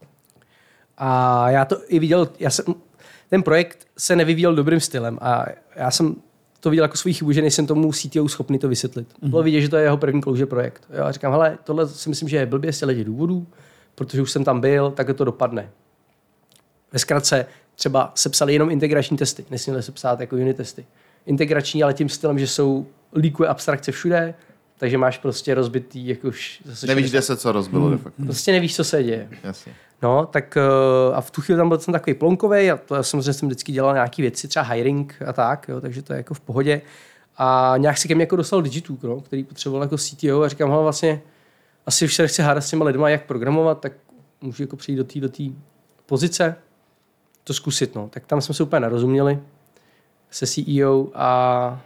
A já to i viděl, já jsem, ten projekt se nevyvíjel dobrým stylem a já jsem to viděl jako svou chybu, že nejsem tomu C T O schopný to vysvětlit. Mm-hmm. Bylo vidět, že to je jeho první closure projekt. Jo, a říkám, hele, tohle si myslím, že je blbě z těch důvodů, protože už jsem tam byl, tak to dopadne. Ve zkratce třeba sepsali jenom integrační testy, nesměli se psát jako unit testy. Integrační, ale tím stylem, že jsou líkuje abstrakce všude, takže máš prostě rozbitý jako už zase nevíš, kde se co rozbilo de facto. Prostě nevíš, co se děje. Jasně. No, tak a v tu chvíli tam byl jsem takový plonkovej a to samozřejmě jsem vždycky dělal nějaký věci, třeba hiring a tak, jo, takže to je jako v pohodě. A nějak si ke mně jako dostal Digitu, no, který potřeboval jako C T O a říkám, hele, vlastně asi už se nechci hádat s těma lidma, jak programovat, tak můžu jako přijít do té do té pozice, to zkusit. No. Tak tam jsme se úplně nerozuměli se C E O a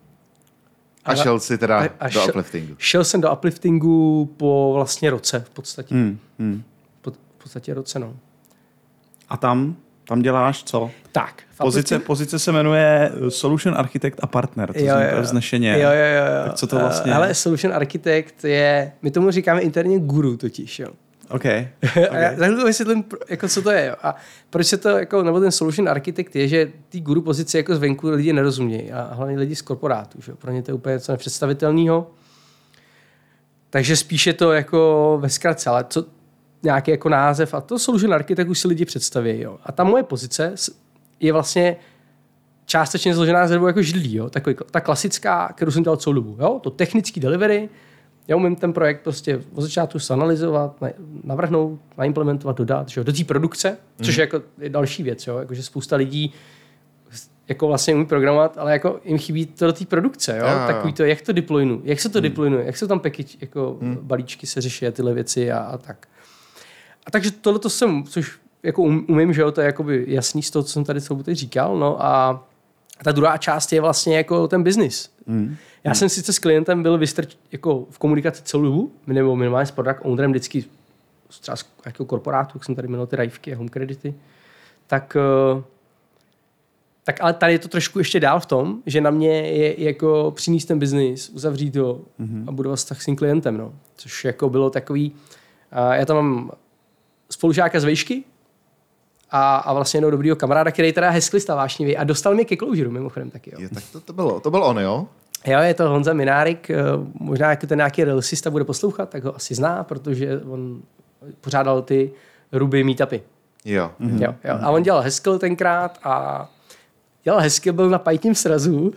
A šel si teda a, a do šel, upliftingu. Šel jsem do upliftingu po vlastně roce v podstatě. Hmm, hmm. Po, v podstatě roce, no. A tam, tam děláš co? Tak. Pozice, pozice se jmenuje Solution Architect a Partner, to zní úplně vznešeně. Jo, jo, jo. Tak co to vlastně uh, ale Solution Architect je, my tomu říkáme interně guru totiž, jo. OK. okay. A já takhle to vysvětlím, jako co to je. Jo. A proč se to, jako, nebo ten solution architect je, že ty guru pozice jako zvenku lidi nerozumějí. A hlavně lidi z korporátu. Že? Pro ně to je úplně něco nepředstavitelného. Takže spíše to jako ve zkratce, ale co, nějaký jako název. A to solution architect už si lidi představí. Jo. A ta moje pozice je vlastně částečně zložená ze dvou jako židlí. Jo. Takový, ta klasická, kterou jsem dělal celou dobu. Jo. To technický delivery. Já umím ten projekt prostě od začátku analyzovat, navrhnout, naimplementovat, dodat, že jo, do té produkce, což mm. je jako je další věc, jo, jakože spousta lidí jako vlastně umí programovat, ale jako jim chybí to do té produkce, jo, ja, takový to, jak to deploynu, jak se to mm. deploynuje, jak se tam package, jako mm. balíčky se řeší a tyhle věci a, a tak. A takže tohle to jsem, což jako umím, že jo, to je jakoby jasný z toho, co jsem tady celou teď říkal, no a ta druhá část je vlastně jako ten business. Mm. Já hmm. jsem sice s klientem byl vystrč, jako v komunikaci celou dobu, nebo minimálně s product ownerem vždycky třeba jako korporátu, jak jsem tady jmenoval ty rajvky a home credity, tak, tak ale tady je to trošku ještě dál v tom, že na mě je jako přinést ten biznis, uzavřít ho hmm. a budovat vztah s tím klientem, no. Což jako bylo takový, já tam mám spolužáka z vejšky a, a vlastně jednoho dobrýho kamaráda, který teda hesklista vášnivý a dostal mě ke closure mimochodem taky, jo. Je, tak to, to, bylo, to byl on, jo? Jo, je to Honza Minárik, možná jako ten nějaký realisista bude poslouchat, tak ho asi zná, protože on pořádal ty Ruby meetupy. Jo. Mm-hmm. jo, jo. A on dělal Haskell tenkrát a dělal Haskell, byl na Python srazu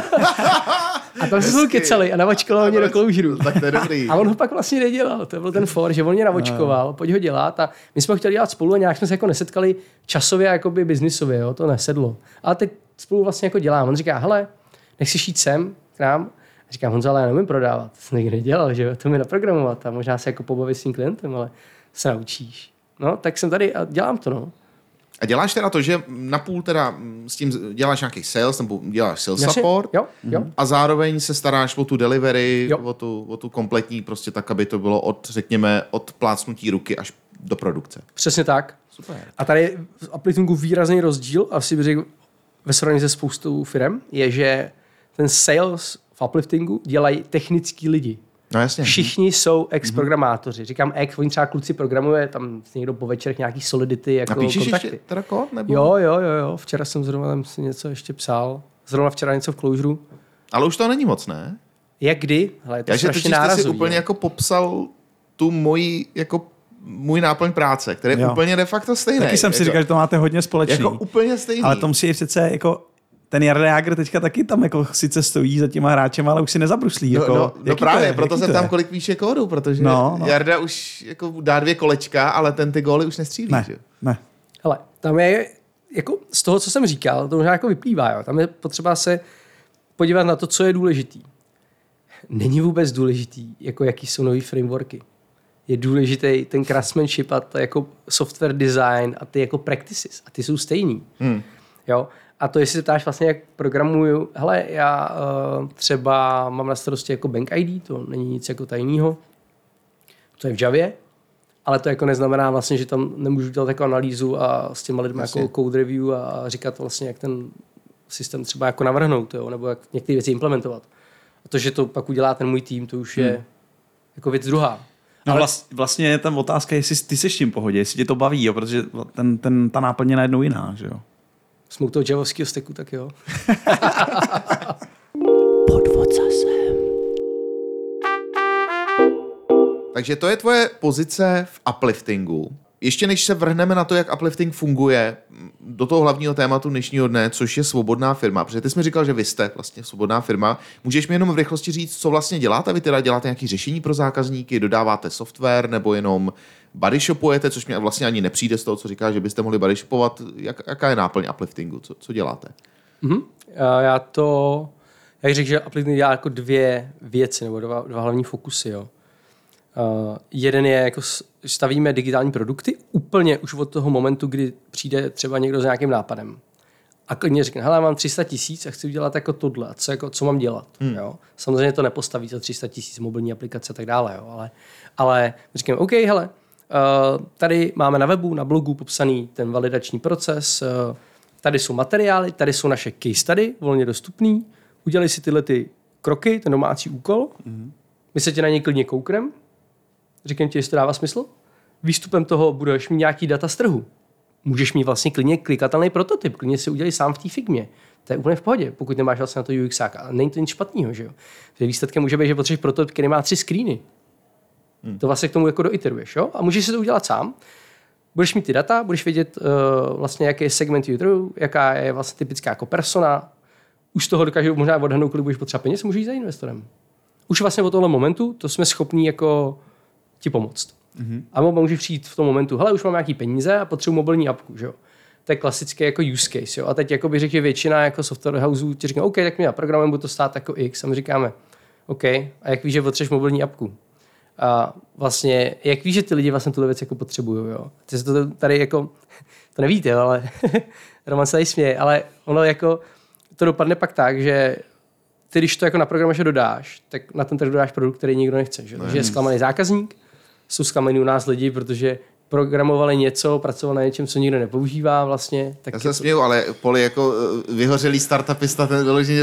a tam se spolu kecali a navačkoval mě do closure. Tak to je dobrý. A on ho pak vlastně nedělal, to byl ten for, že on mě navočkoval, pojď ho dělat a my jsme ho chtěli dělat spolu a nějak jsme se jako nesetkali časově a jakoby biznisově, jo, to nesedlo. Ale teď spolu vlastně jako dělám. On říká, hele, nechceš jít sem k nám? A říkám, Honza, ale já neumím prodávat. To jsem nikdy nedělal, že jo? To mi naprogramovat a možná se jako pobavit s tím klientem, ale se naučíš. No, tak jsem tady a dělám to, no. A děláš teda to, že napůl teda s tím děláš nějaký sales, nebo děláš sales Jasně, support jo, jo. a zároveň se staráš o tu delivery, o tu, o tu kompletní, prostě tak, aby to bylo od, řekněme, od plácnutí ruky až do produkce. Přesně tak. Super. A tady v upliftingu výrazný rozdíl, asi bych řekl, ve srovnání se spoustou firem, je, že ten sales v upliftingu dělají technický lidi. No jasně. Všichni jsou ex-programátoři. Říkám ex, oni třeba kluci programuje, tam někdo po večerech nějaký solidity jako kontakty. A píšeš kontakty. ještě teda kód? Nebo? Jo, jo, jo, jo. Včera jsem zrovna tam si něco ještě psal. Zrovna včera něco v Closure. Ale už to není moc, ne? Jak kdy? Hele, je to Já, strašně že nárazový. ty jsi úplně jako popsal tu moji, jako můj náplň práce, který je jo. úplně de facto stejný. Taky jsem si jako, říkal, že to máte hodně společný. Jako úplně stejný. Ale to musí přece jako ten Jarda Jágr teďka taky tam jako sice stojí za těma hráčema, ale už si nezabruslí. No, jako, no, no právě, proto se tam je? kolik píše kódu, protože no, no. Jarda už jako dá dvě kolečka, ale ten ty góly už nestřílí. Ne, že? ne. Hele, tam je, jako z toho, co jsem říkal, to možná jako vyplývá, jo. Tam je potřeba se podívat na to, co je důležitý. Není vůbec důležitý, jako jaký jsou nový frameworky. Je důležitý ten craftsmanship a to jako software design a ty jako practices. A ty jsou stejný. Hmm. Jo? A to, jestli se ptáš vlastně, jak programuju, hele, já uh, třeba mám na starosti jako Bank I D, to není nic jako tajného. To je v Javě, ale to jako neznamená vlastně, že tam nemůžu dělat jako analýzu a s těma lidmi jako code review a říkat vlastně, jak ten systém třeba jako navrhnout, jo? Nebo jak některé věci implementovat. A to, že to pak udělá ten můj tým, to už je hmm. jako věc druhá. No ale vlastně je tam otázka, jestli ty seš tím pohodě, jestli tě to baví, jo? Protože ten, ten, ta náplň je najednou jiná, že jo? Jsme u toho javovského steku, tak jo. ocasem. Takže to je tvoje pozice v upliftingu. Ještě než se vrhneme na to, jak uplifting funguje, do toho hlavního tématu dnešního dne, což je svobodná firma, protože ty jsi mi říkal, že vy jste vlastně svobodná firma. Můžeš mi jenom v rychlosti říct, co vlastně děláte? Vy teda děláte nějaké řešení pro zákazníky, dodáváte software nebo jenom bodyshopujete, což mě vlastně ani nepřijde z toho, co říkáš, že byste mohli bodyshopovat. Jak, jaká je náplň upliftingu? Co, co děláte? Mm-hmm. Já to, jak řekl, že uplifting dělá jako dvě věci nebo dva, dva hlavní fokusy, jo. Uh, jeden je, jako stavíme digitální produkty úplně už od toho momentu, kdy přijde třeba někdo s nějakým nápadem. A klidně řekne, hele, mám tři sta tisíc a chci udělat jako tohle. Co, jako, co mám dělat? Hmm. Jo? Samozřejmě to nepostaví za tři sta tisíc, mobilní aplikace a tak dále. Jo? Ale, ale říkáme, OK, hele, uh, tady máme na webu, na blogu popsaný ten validační proces, uh, tady jsou materiály, tady jsou naše case study, volně dostupný. Udělej si tyhle ty kroky, ten domácí úkol. Hmm. My se tě na něj klidně kouknem. Říkám ti, jestli to dává smysl. Výstupem toho budeš mít nějaký data z trhu. Můžeš mít vlastně klidně klikatelný prototyp, klidně si udělej sám v té figmě. To je úplně v pohodě, pokud nemáš vlastně na to U X A. A není to nic špatného, že jo. Výsledkem může být, že potřebuješ prototyp, který má tři screeny. Hmm. To vlastně k tomu jako doiteruješ, jo. A můžeš si to udělat sám. Budeš mít ty data, budeš vědět uh, vlastně, jaký je segment trhu, jaká je vlastně typická jako persona. Už z toho dokážu možná odhadnout, kolik budeš potřebovat peněz, můžeš jít za investorem. Už vlastně od tohle momentu to jsme schopní jako ti pomoct. Mm-hmm. A můžeš přijít v tom momentu, hele, už mám nějaký peníze a potřebuji mobilní apku, že jo. To je klasický jako use case, jo. A teď jako bych řekl, že většina jako software houseů ti říká, OK, tak mi na programem bude to stát jako X. A my říkáme, OK, a jak víš, že potřebuješ mobilní apku? A vlastně, jak víš, že ty lidi vlastně tuhle věc jako potřebují, jo. Ty se to tady jako, to nevíte, jo, ale Roman se tady směje, ale ono jako, to dopadne pak tak, že ty, když to jako na programu dodáš, tak na ten trh dodáš produkt, který nikdo nechce, že? Takže je zklamaný zákazník, jsou zklamaný u nás lidi, protože programovali něco, pracovali na něčem, co nikdo nepoužívá vlastně. Tak Já se směju, ale Poli jako vyhořelý startupista, ten vyloženě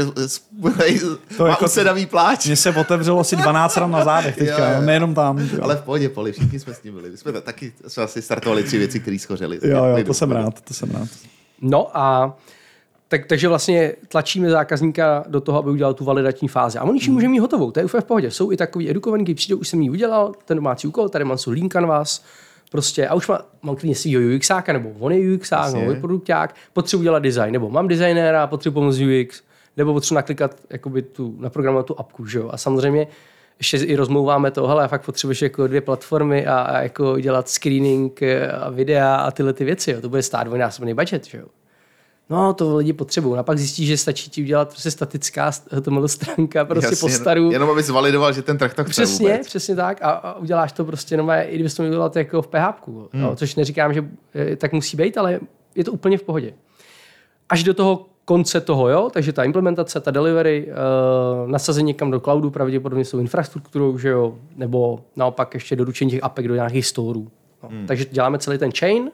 má jako usedavý pláč. Mně se otevřelo asi dvanáct ran na zádech teďka, jo, jo. Nejenom tam. Jo. Ale v pohodě, Poli, všichni jsme s ním byli. My jsme taky jsme asi startovali tři věci, které schořely. Jo, jo, to jsem rád, to jsem rád. No a Tak, takže vlastně tlačíme zákazníka do toho, aby udělal tu validační fázi. A on již hmm. může mít hotovou, to je úplně v pohodě. Jsou i takový edukovaní, kteří přijdou, už jsem ji udělal, ten domácí úkol, tady mám lean canvas, prostě, a už má, mám klidně svýho UXáka, nebo on je UXák, nebo je produkták, potřebuji udělat design, nebo mám designéra, potřebuji pomoct U X, nebo potřebuji naklikat jakoby tu, naprogramovat tu apku, že jo. A samozřejmě ještě i rozmlouváme to, hele, fakt potřebuješ jako dvě platformy a, a jako dělat screening a videa a tyhle ty věci, jo. To bude stát dvojnásobný budget, že jo. No, to lidi potřebují. A pak zjistí, že stačí ti udělat prostě statická tomhle stránka, prostě Jasně, postaru. Jenom abys validoval, že ten trh tak chce Přesně, vůbec. přesně tak. A, a uděláš to prostě, no, i kdybys to měl dělat jako v P H P, hmm. no, což neříkám, že e, tak musí být, ale je to úplně v pohodě. Až do toho konce toho, jo, takže ta implementace, ta delivery, e, nasazení někam do cloudu, pravděpodobně s tou infrastrukturou, že jo, nebo naopak ještě doručení těch apek do nějakých storů. No. Hmm. Takže děláme celý ten chain.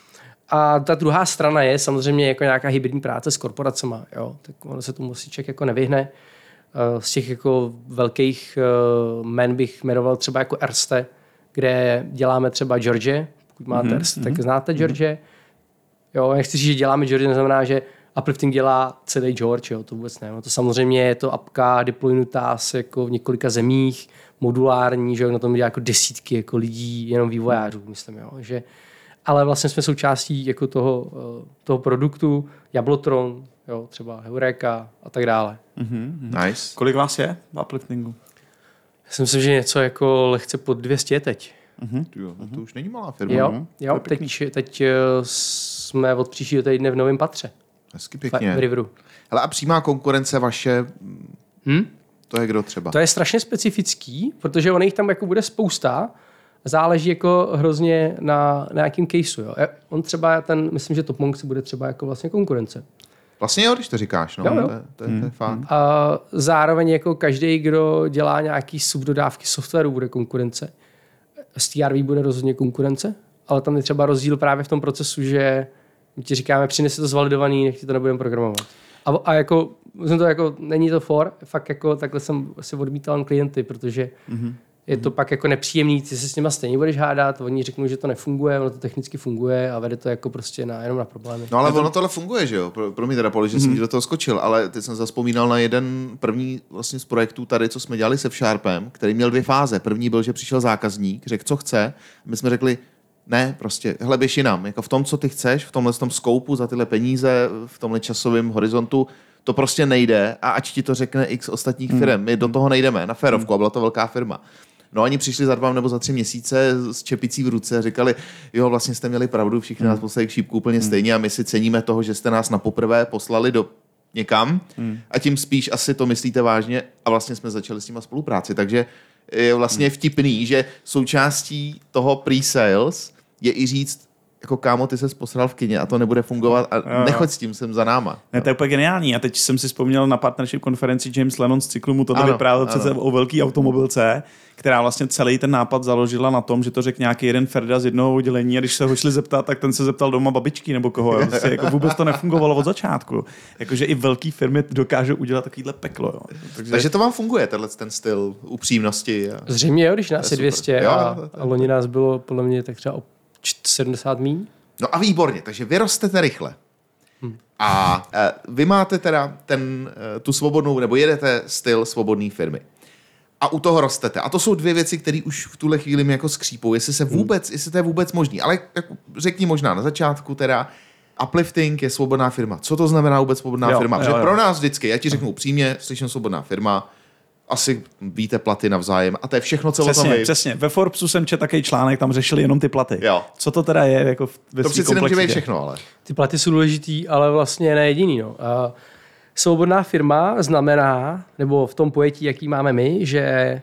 A ta druhá strana je samozřejmě jako nějaká hybridní práce s korporacema. Jo? Tak ono se tomu asi člověk jako nevyhne. Z těch jako velkých men bych jmenoval třeba jako Erste, kde děláme třeba George. Pokud máte mm-hmm. Erste, tak znáte George. Jo, nechci říct, že děláme George, neznamená, že Uplifting dělá celý George. Jo? To vůbec ne. No to samozřejmě je to apka deploynutá jako v několika zemích, modulární, že na tom dělá jako desítky jako lidí, jenom vývojářů, myslím. Jo? Že ale vlastně jsme součástí jako toho, toho produktu, Jablotron, jo, třeba Heureka a tak dále. Mm-hmm. Nice. Kolik vás je v Upliftingu? Já si myslím, že něco jako lehce pod dvě stě teď. Mm-hmm. Jo, no to už není malá firma. Jo, no? jo teď, teď jsme od příštího týdne v novém patře. Hezky pěkně. V Riveru. Hele, a přímá konkurence vaše, hm? to je kdo třeba? To je strašně specifický, protože on jich tam jako bude spousta. Záleží jako hrozně na, na nějakým caseu. Jo. On třeba, ten, myslím, že Topmonks bude třeba jako vlastně konkurence. Vlastně jo, když to říkáš. No. Jo, jo. To, je, to, je, to je fakt. A zároveň jako každý, kdo dělá nějaký subdodávky softwaru, bude konkurence. S T R V bude rozhodně konkurence, ale tam je třeba rozdíl právě v tom procesu, že my ti říkáme, přinesi to zvalidovaný, nech ti to nebudeme programovat. A, a jako, to jako, není to for, fakt jako takhle jsem si odmítal klienty, protože mm-hmm. Je to pak jako nepříjemný, ty se s nima stejně budeš hádat, oni řeknou, že to nefunguje, ono to technicky funguje a vede to jako prostě na, jenom na problémy. No ale ono tohle funguje, že jo? Pro, pro mě teda Poli, že jsem mm-hmm. do toho skočil, ale teď jsem zaspomínal na jeden první vlastně z projektů tady, co jsme dělali se F-Sharpem, který měl dvě fáze. První byl, že přišel zákazník, řekl, co chce, my jsme řekli, ne, prostě, hele, běž jinam. Jako v tom, co ty chceš, v tomhle tom skoupu, za tyhle peníze, v tomhle časovém horizontu, to prostě nejde a ať ti to řekne x ostatních mm. firm. My do toho nejdeme, na férovku, a byla to velká firma. No oni přišli za dva nebo za tři měsíce s čepicí v ruce a říkali, jo, vlastně jste měli pravdu, všichni mm. nás poslali k šípku úplně mm. stejně a my si ceníme toho, že jste nás na poprvé poslali do někam mm. a tím spíš asi to myslíte vážně a vlastně jsme začali s nima spolupráci. Takže je vlastně vtipný, že součástí toho pre-sales je i říct, jako kámo, ty ses posral v kině a to nebude fungovat a nechoď s tím, jsem za náma. Ne, to je úplně geniální. A teď jsem si vzpomněl na partnership konferenci James Lennon z cyklu mu toto vyprávěl přece o velký automobilce, která vlastně celý ten nápad založila na tom, že to řekl nějaký jeden Ferda z jednoho oddělení a když se ho šli zeptat, tak ten se zeptal doma babičky nebo koho. Vlastně jako vůbec to nefungovalo od začátku. Jakože i velké firmy dokážou udělat takovýhle peklo. Jo. Takže... Takže to vám funguje, tenhle ten styl upřímnosti. A... Zřejmě jo, když nás je dvě stě jo, a, a loni nás bylo podle mě tak třeba o sedmdesát míň. No a výborně, takže vy rostete rychle. Hmm. A e, vy máte teda ten, e, tu svobodnou, nebo jedete styl svobodné firmy. A u toho rostete. A to jsou dvě věci, které už v tuhle chvíli mi jako skřípou, jestli se vůbec, hmm. jestli to je vůbec možný. Ale jako, řekni možná na začátku teda, Uplifting je svobodná firma. Co to znamená vůbec svobodná jo, firma? jo, Protože jo. pro nás vždycky, já ti řeknu upřímně, slyším svobodná firma, asi víte platy navzájem a to je všechno, co přesně, o tom ví. Přesně, ve Forbesu jsem četl takový článek, tam řešili jenom ty platy. Jo. Co to teda je? Jako ve to přeci nemůže být všechno, ale. Ty platy jsou důležitý, ale vlastně ne jediný. No. A svobodná firma znamená, nebo v tom pojetí, jaký máme my, že,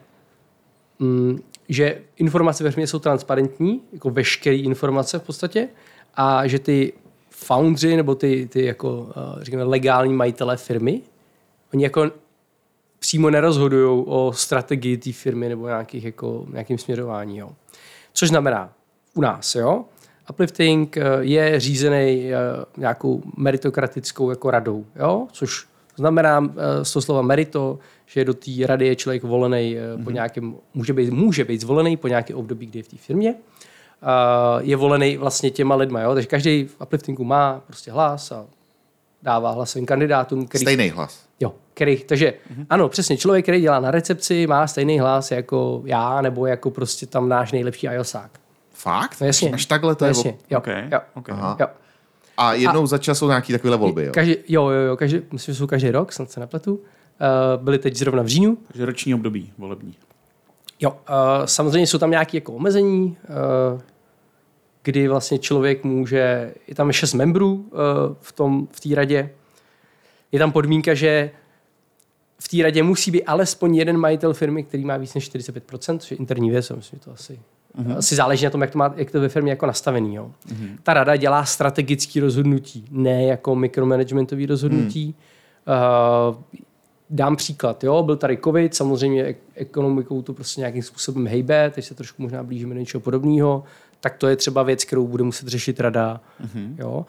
mm, že informace ve firmě jsou transparentní, jako veškeré informace v podstatě, a že ty foundři nebo ty, ty jako, řekněme, legální majitelé firmy, oni jako přímo nerozhodují o strategii té firmy nebo nějakých, jako, nějakým směrování. Jo. Což znamená u nás, jo, Uplifting je řízený nějakou meritokratickou jako radou, jo, což znamená z toho slova merito, že do té rady je člověk volený mm-hmm. po nějakém, může být, může být zvolený po nějaké období, kdy je v té firmě. Je volený vlastně těma lidma, jo, takže každý v Upliftingu má prostě hlas a dává hlas svým kandidátům. Který, stejný hlas. Jo, který, takže mm-hmm. ano, přesně, člověk, který dělá na recepci, má stejný hlas jako já, nebo jako prostě tam náš nejlepší IELTSák. Fakt? No, jasně. Až takhle to jasně. je? Jo, okay. jo. Okay. jo. A jednou a za čas jsou nějaký takovéhle volby, jo? Každý, jo, jo, jo, každý, myslím, že jsou každý rok, snad se nepletu. Uh, byly teď zrovna v říjnu. Takže roční období volební. Jo, uh, samozřejmě jsou tam nějaké jako omezení, uh, kdy vlastně člověk může, je tam šest membrů uh, v tom, v té radě. Je tam podmínka, že v té radě musí být alespoň jeden majitel firmy, který má víc než čtyřicet pět procent, což je interní věc, myslím, že to asi, uh-huh. asi záleží na tom, jak to, má, jak to ve firmě jako nastavený. Jo. Uh-huh. Ta rada dělá strategické rozhodnutí, ne jako mikromanagementové rozhodnutí. Uh-huh. Uh, dám příklad, jo, byl tady covid, samozřejmě ekonomikou to prostě nějakým způsobem hejbe, teď se trošku možná blížíme do něčeho podobného, tak to je třeba věc, kterou bude muset řešit rada. Uh-huh. Jo.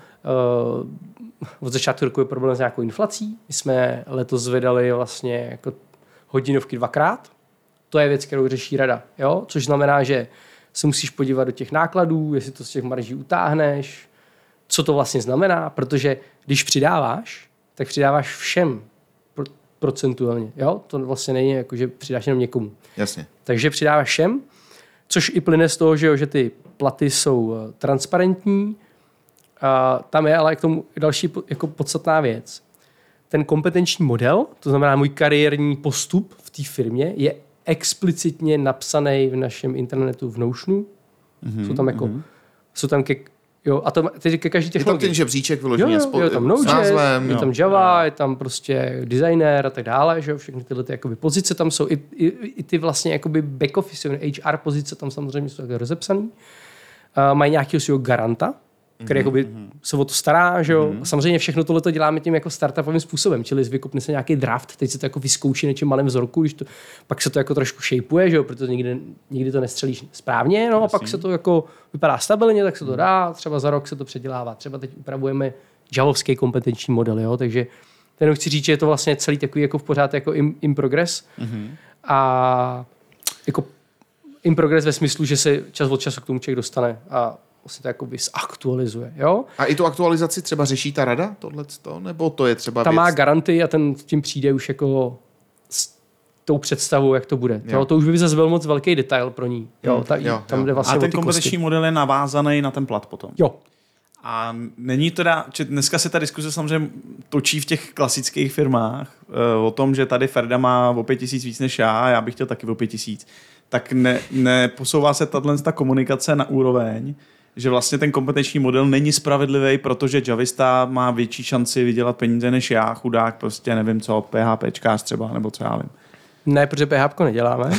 Uh, od začátku roku je problém s nějakou inflací. My jsme letos zvedali vlastně jako hodinovky dvakrát. To je věc, kterou řeší rada. Jo? Což znamená, že se musíš podívat do těch nákladů, jestli to z těch marží utáhneš, co to vlastně znamená, protože když přidáváš, tak přidáváš všem pro, procentuálně. Jo? To vlastně není jako, že přidáš jenom někomu. Jasně. Takže přidáváš všem, což i plyne z toho, že, jo, že ty platy jsou transparentní. A tam je ale k tomu další jako podstatná věc. Ten kompetenční model, to znamená můj kariérní postup v té firmě, je explicitně napsaný v našem internetu v Notionu. Mm-hmm, jsou tam jako, mm-hmm. jsou tam ke, jo, a to teď ke každý technologii. Je tam ten žebříček vyložený jo, spod, jo, tam s názvem. Je tam Java, je tam prostě designer a tak dále, že jo, všechny tyhle ty jakoby pozice tam jsou, i, i, i ty vlastně jakoby back office, H R pozice tam samozřejmě jsou takhle rozepsaný. Uh, mají nějakého svého garanta, který mm-hmm. jakoby se o to stará, že jo. Mm-hmm. Samozřejmě všechno tohle to děláme tím jako startupovým způsobem, čili vykopne se nějaký draft, teď se to jako vyzkouší něčím malém vzorku, když to, pak se to jako trošku shapeuje, že jo, protože nikdy, nikdy to nestřelíš správně, no a pak se to jako vypadá stabilně, tak se to dá, třeba za rok se to předělává. Třeba teď upravujeme javovský kompetenční model, jo, takže ten chci říct, že je to vlastně celý takový jako v pořád jako in, in progress. Mm-hmm. A jako in progress ve smyslu, že se čas od času k tomu člověk dostane a se to jakoby zaktualizuje. Jo? A i tu aktualizaci třeba řeší ta rada, tohleto, nebo to je třeba ta věc? má garantii a ten tím přijde už jako s tou představou, jak to bude. Jo. To už by zase byl moc velký detail pro ní. Jo, ta, jo, tam jo. jde vlastně A ten o ty kompetenční kosti. model je navázaný na ten plat potom. Jo. A není to dá, či dneska se ta diskuse samozřejmě točí v těch klasických firmách uh, o tom, že tady Ferda má o pět tisíc víc než já a já bych chtěl taky o pět tisíc. Tak ne, neposouvá se tato ta komunikace na úroveň, že vlastně ten kompetenční model není spravedlivý, protože Javista má větší šanci vydělat peníze než já, chudák, prostě nevím co, PHPčkář třeba, nebo co já vím. Ne, protože PHP neděláme.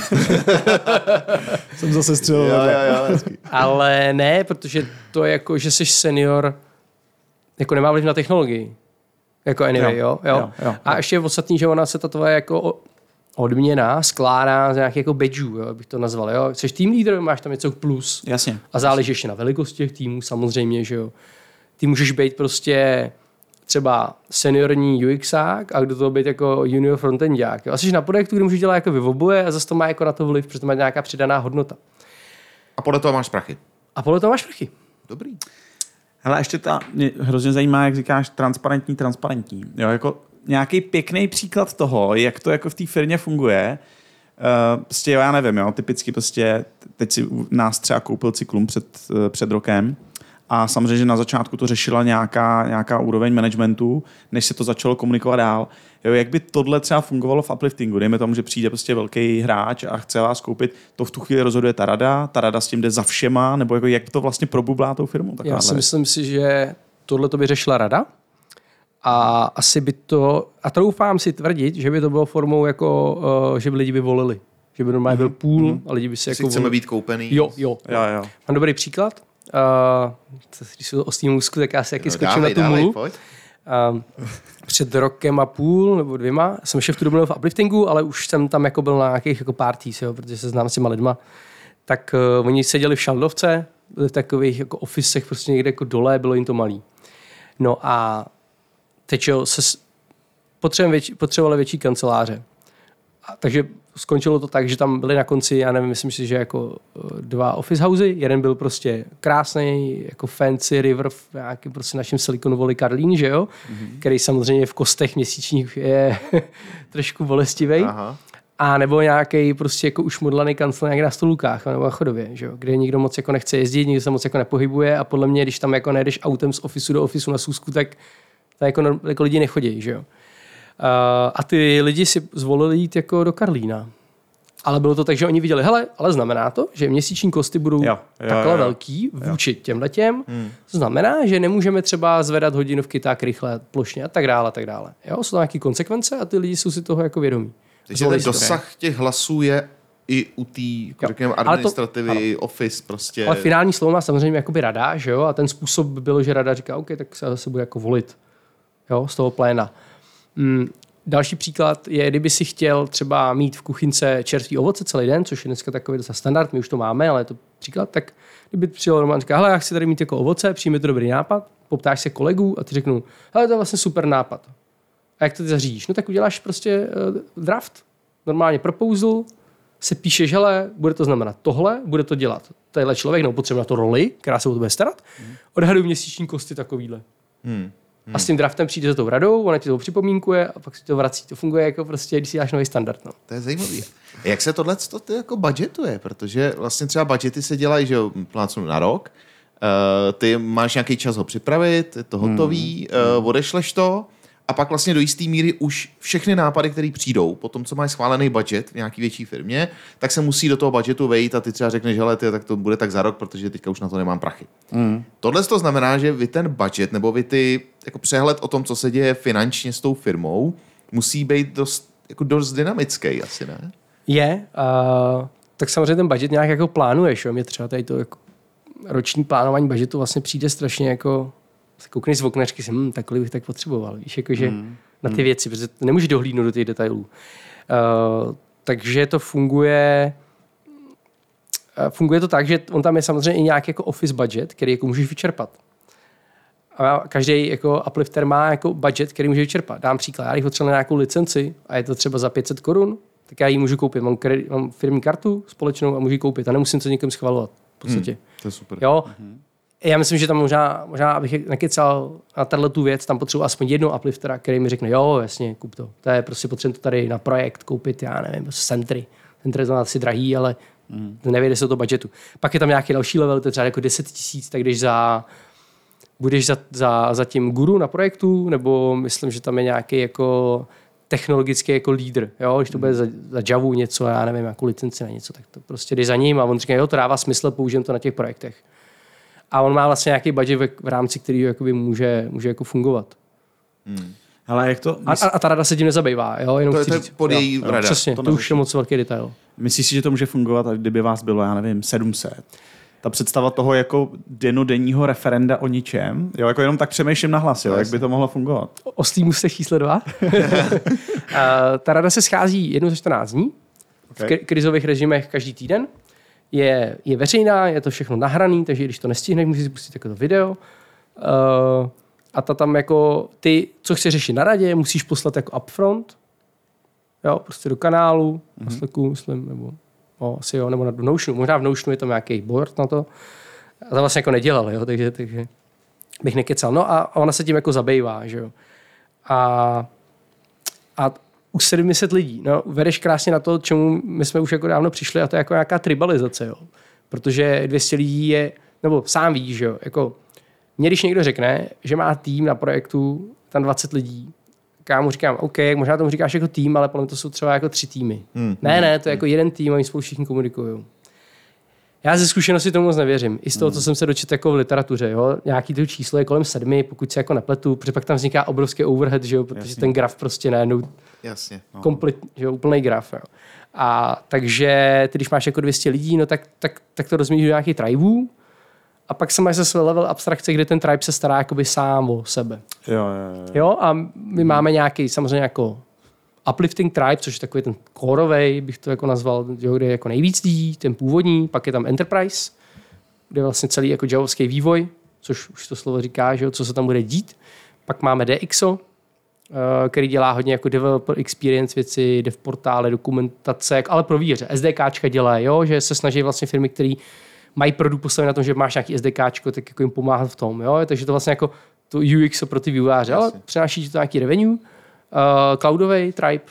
Jsem zase střelil. Jo, jo, jo, Ale ne, protože to je jako, že jsi senior, jako nemá vliv na technologii. Jako anyway, jo. jo, jo. jo, jo. A ještě je podstatný, že ona se ta tvoje jako odměna skládá z nějakých jako badgeů, jo, bych to nazval. Jo. Jsi team leader, máš tam něco plus. Jasně. A záleží ještě na velikosti těch týmů, samozřejmě, že jo. Ty můžeš být prostě třeba seniorní UXák a do toho být jako junior frontendák. A jsi na projektu, kde můžeš dělat jako vy oboje a zase to má jako na to vliv, protože to má nějaká přidaná hodnota. A podle toho máš prachy. A podle toho máš prachy. Dobrý. Hele, ještě ta, mě hrozně zajímá, jak říkáš, transparentní, transparentní. Jo, jako nějaký pěkný příklad toho, jak to jako v té firmě funguje. Uh, prostě já nevím, jo, typicky prostě teď si u nás třeba koupil Cyklum před, uh, před rokem a samozřejmě, že na začátku to řešila nějaká, nějaká úroveň managementu, než se to začalo komunikovat dál. Jo, jak by tohle třeba fungovalo v upliftingu? Dejme tomu, že přijde prostě velký hráč a chce vás koupit, to v tu chvíli rozhoduje ta rada, ta rada s tím jde za všema, nebo jako jak to vlastně probublá tou firmou? Já si myslím si, že tohle to by řešila rada a asi by to, a troufám si tvrdit, že by to bylo formou jako, uh, že by lidi by volili. Že by normálně byl půl mm-hmm. a lidi by si Jestli jako chceme volili. být koupený. Jo, jo. Jo, jo. Mám dobrý příklad. Uh, když jsou o stým úzku, tak já si jaký No, skočím dávej, na tu dávej, mulu. pojď. Um, před rokem a půl nebo dvěma jsem ještě v tu dobu byl v upliftingu, ale už jsem tam jako byl na nějakých jako parties, jo, protože se znám s těma lidma. Tak uh, oni seděli v Šaldovce, byli v takových jako officech prostě někde jako dole, bylo jim to malý. No a teď jo, se potřebovali větší, potřebovali větší kanceláře. A, takže skončilo to tak, že tam byly na konci, já nevím, myslím si, že jako dva office housey. Jeden byl prostě krásný, jako fancy river v nějakým prostě našem Silicon Valley Karlín, že jo? Mm-hmm. Který samozřejmě v kostech měsíčních je trošku bolestivý. A nebo nějaký prostě jako už modlaný kancel někde na Stolukách nebo na Chodově, že jo? Kde nikdo moc jako nechce jezdit, nikdo se moc jako nepohybuje a podle mě, když tam jako nejdeš autem z ofisu do ofisu na schůzku, tak, tak jako, jako lidi nechodí, že jo? Uh, a ty lidi si zvolili jít jako do Karlína. Ale bylo to tak, že oni viděli, hele, ale znamená to, že měsíční kosty budou jo, jo, takhle jo. velký vůči těmhletěm. Hmm. To znamená, že nemůžeme třeba zvedat hodinovky tak rychle, plošně a tak dále, a tak dále. Jo, jsou tam nějaké konsekvence a ty lidi jsou si toho jako vědomí. Takže ten dosah těch hlasů je i u té, řekněme, administrativy, to, office prostě. Ale finální slovo má samozřejmě jakoby rada, že jo, a ten způsob bylo, že rada říká, OK, tak se zase bude jako volit, jo, z toho pléna. Mm, další příklad je, kdyby si chtěl třeba mít v kuchynce čerstvý ovoce celý den, což je dneska takový docela standard, my už to máme, ale je to příklad, tak kdyby přijel Roman a říká, hele, já chci tady mít jako ovoce, přijme to dobrý nápad, poptáš se kolegů a ty řeknu, hele, to je vlastně super nápad. A jak to ty zařídíš? No tak uděláš prostě uh, draft, normálně proposal, se píšeš, hele, bude to znamenat tohle, bude to dělat tenhle člověk, nebo potřebuje na to roli, která se o to bude starat, hmm. odhaduju měsíční kosty takovýhle. Hmm. Hmm. A s tím draftem přijde za tou radou, ona ti to připomínkuje a pak si to vrací. To funguje jako prostě, když si dáš nový standard. No. To je zajímavé. Jak se tohle to jako budgetuje? Protože vlastně třeba budgety se dělají, že jo, plácnu na rok, uh, ty máš nějaký čas ho připravit, je to hotový, hmm. uh, odešleš to a pak vlastně do jisté míry už všechny nápady, které přijdou, po tom, co máš schválený budget v nějaký větší firmě, tak se musí do toho budgetu vejít a ty třeba řekneš, hele, ty, tak to bude tak za rok, protože teďka už na to nemám prachy. Mm. Tohle to znamená, že vy ten budget nebo vy ty jako přehled o tom, co se děje finančně s tou firmou, musí být dost, jako dost dynamický, asi ne? Je, uh, tak samozřejmě ten budget nějak jako plánuješ. Jo? Mě třeba tady to jako roční plánování budgetu vlastně přijde strašně jako koukneš z oknačky, si, hm, takhle bych tak potřeboval. Víš, jakože mm. na ty věci, protože nemůžeš dohlídnout do těch detailů. Uh, takže to funguje uh, funguje to tak, že on tam je samozřejmě i nějaký jako office budget, který jako můžeš vyčerpat. A každý jako uplifter má jako budget, který může vyčerpat. Dám příklad, já bych potřeboval nějakou licenci a je to třeba za pět set korun, tak já ji můžu koupit. Mám, kredi, mám firmní kartu společnou a můžu ji koupit a nemusím to někým schvalovat. V podstatě. Hmm, to je super. Jo? Hmm. Já myslím, že tam možná, možná abych nekecal na tato tu věc, tam potřebuji aspoň jednou upliftera, který mi řekne, jo, jasně, kup to. To je prostě potřeba to tady na projekt koupit, já nevím, prostě centry. Centry je asi drahý, ale mm. nevěde se to budgetu. Pak je tam nějaký další level, to je třeba jako deset tisíc, tak když za, budeš za, za, za tím guru na projektu, nebo myslím, že tam je nějaký jako technologický jako lídr, jo, když to bude za, za Javu něco, já nevím, jako licenci na něco, tak to prostě jdeš za ním a on říká, jo, to dává smysl, použijem to na těch projektech. A on má vlastně nějaký budget v, v rámci, který jakoby může, může jako fungovat. Hmm. Ale jak to... A, a, a ta rada se tím nezabývá, jo? Jenom to, chci to je říct. pod její jo, rada. Přesně, to, to už je moc velký detail. Myslíš si, že to může fungovat, kdyby vás bylo, já nevím, sedm set? Ta představa toho jako denodenního referenda o ničem, jo, jako jenom tak přemýšlím nahlas, jo, jak by to mohlo fungovat. O, o Steamu jste číslo dva. Ta rada se schází jednou za čtrnáct dní, okay. v krizových režimech každý týden. Je, je veřejná, je to všechno nahraný, takže když to nestihneš, musíš si pustit jako to video. Uh, a ta tam jako ty, co chceš řešit na radě, musíš poslat jako upfront. Jo, prostě do kanálu, mm-hmm. na Slacku, myslím, nebo no, asi jo, nebo na Notionu. Možná v Notionu je tam nějaký board na to. A to vlastně jako nedělal, jo, takže, takže bych nekecal. No a ona se tím jako zabývá, že jo. A, a už sedm set lidí. No, vedeš krásně na to, čemu my jsme už jako dávno přišli, a to je jako nějaká tribalizace, jo. Protože dvě stě lidí je, nebo sám víš, že jo, jako mě když někdo řekne, že má tým na projektu, tam dvacet lidí, tak já mu říkám, OK, možná tomu říkáš jako tým, ale podle mě to jsou třeba jako tři týmy. Hmm. Ne, ne, to je jako jeden tým a oni spolu všichni komunikují. Já ze zkušenosti tomu moc nevěřím. I z toho, co jsem se dočetl jako v literatuře. Jo? Nějaký to číslo je kolem sedmi, pokud se jako nepletu, protože pak tam vzniká obrovský overhead, že jo? Protože jasně. Ten graf prostě najednou jasně. No. Komplet, že jo? Úplný graf. Jo? A takže ty, když máš jako dvě stě lidí, no tak, tak, tak to rozmíjíš do nějakých tribů a pak se máš zase level abstrakce, kde ten tribe se stará jakoby sám o sebe. Jo, jo, jo. jo? A my máme nějaký samozřejmě jako uplifting tribe, což je takový ten coreovej, bych to jako nazval, jo, kde je jako nejvíc lidí, ten původní, pak je tam enterprise, kde je vlastně celý jako javovský vývoj, což už to slovo říká, že jo, co se tam bude dít. Pak máme D X O, který dělá hodně jako developer experience věci, dev portály, dokumentace, ale pro vývojáře. SDKčka dělají, jo, že se snaží vlastně firmy, které mají produkt postavený na tom, že máš nějaký SDKčko, tak jako jim pomáhat v tom, jo, takže to vlastně jako to U X pro ty vývojáře, ale přináší to nějaký revenue. Uh, cloudový tribe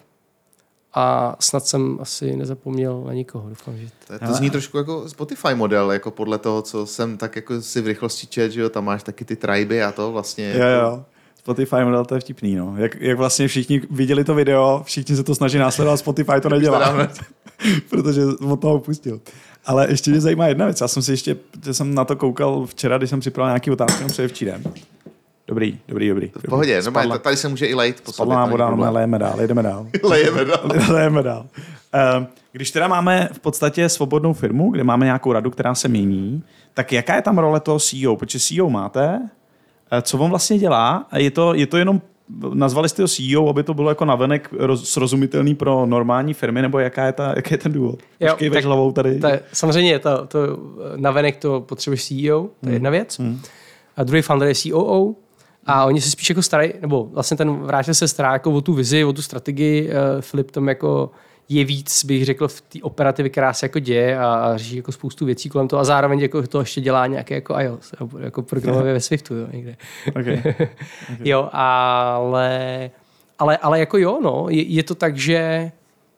a snad jsem asi nezapomněl na nikoho. Doufám, že to, to zní trošku jako Spotify model, jako podle toho, co jsem tak jako si v rychlosti čet, že jo, tam máš taky ty triby a to vlastně. Jo, jo. Spotify model, to je vtipný, no. Jak, jak vlastně všichni viděli to video, všichni se to snaží následovat, Spotify to nedělá. Protože od toho upustil. Ale ještě mě zajímá jedna věc. Já jsem si ještě, že jsem na to koukal včera, když jsem připravil nějaký otázky, no předevčírem. Dobrý, dobrý, dobrý. V pohodě, no, tady se může i lejt po sobě. Spadla nám voda, no, lejeme dál, jdeme dál. lejeme dál. lejeme dál. Když teda máme v podstatě svobodnou firmu, kde máme nějakou radu, která se mění, tak jaká je tam role toho C E O? Protože C E O máte, co on vlastně dělá? Je to, je to jenom, nazvali jste ho C E O, aby to bylo jako navenek roz, srozumitelný pro normální firmy, nebo jaká je, ta, jaký je ten důvod? Počkej veš hlavou tady. To je, samozřejmě to, to navenek to potřebuješ C E O, to je hmm. jedna věc. Hmm. A druhý founder je C O O. A oni se spíš jako starají, nebo vlastně ten vrátil se stará jako o tu vizi, o tu strategii. Filip tam jako je víc, bych řekl, v té operativě, která se jako děje a, a řeší jako spoustu věcí kolem toho a zároveň jako to ještě dělá nějaké jako iOS, jako programově ve Swiftu, jo, někde. Okay. Okay. Jo, ale, ale, ale jako jo, no, je, je to tak, že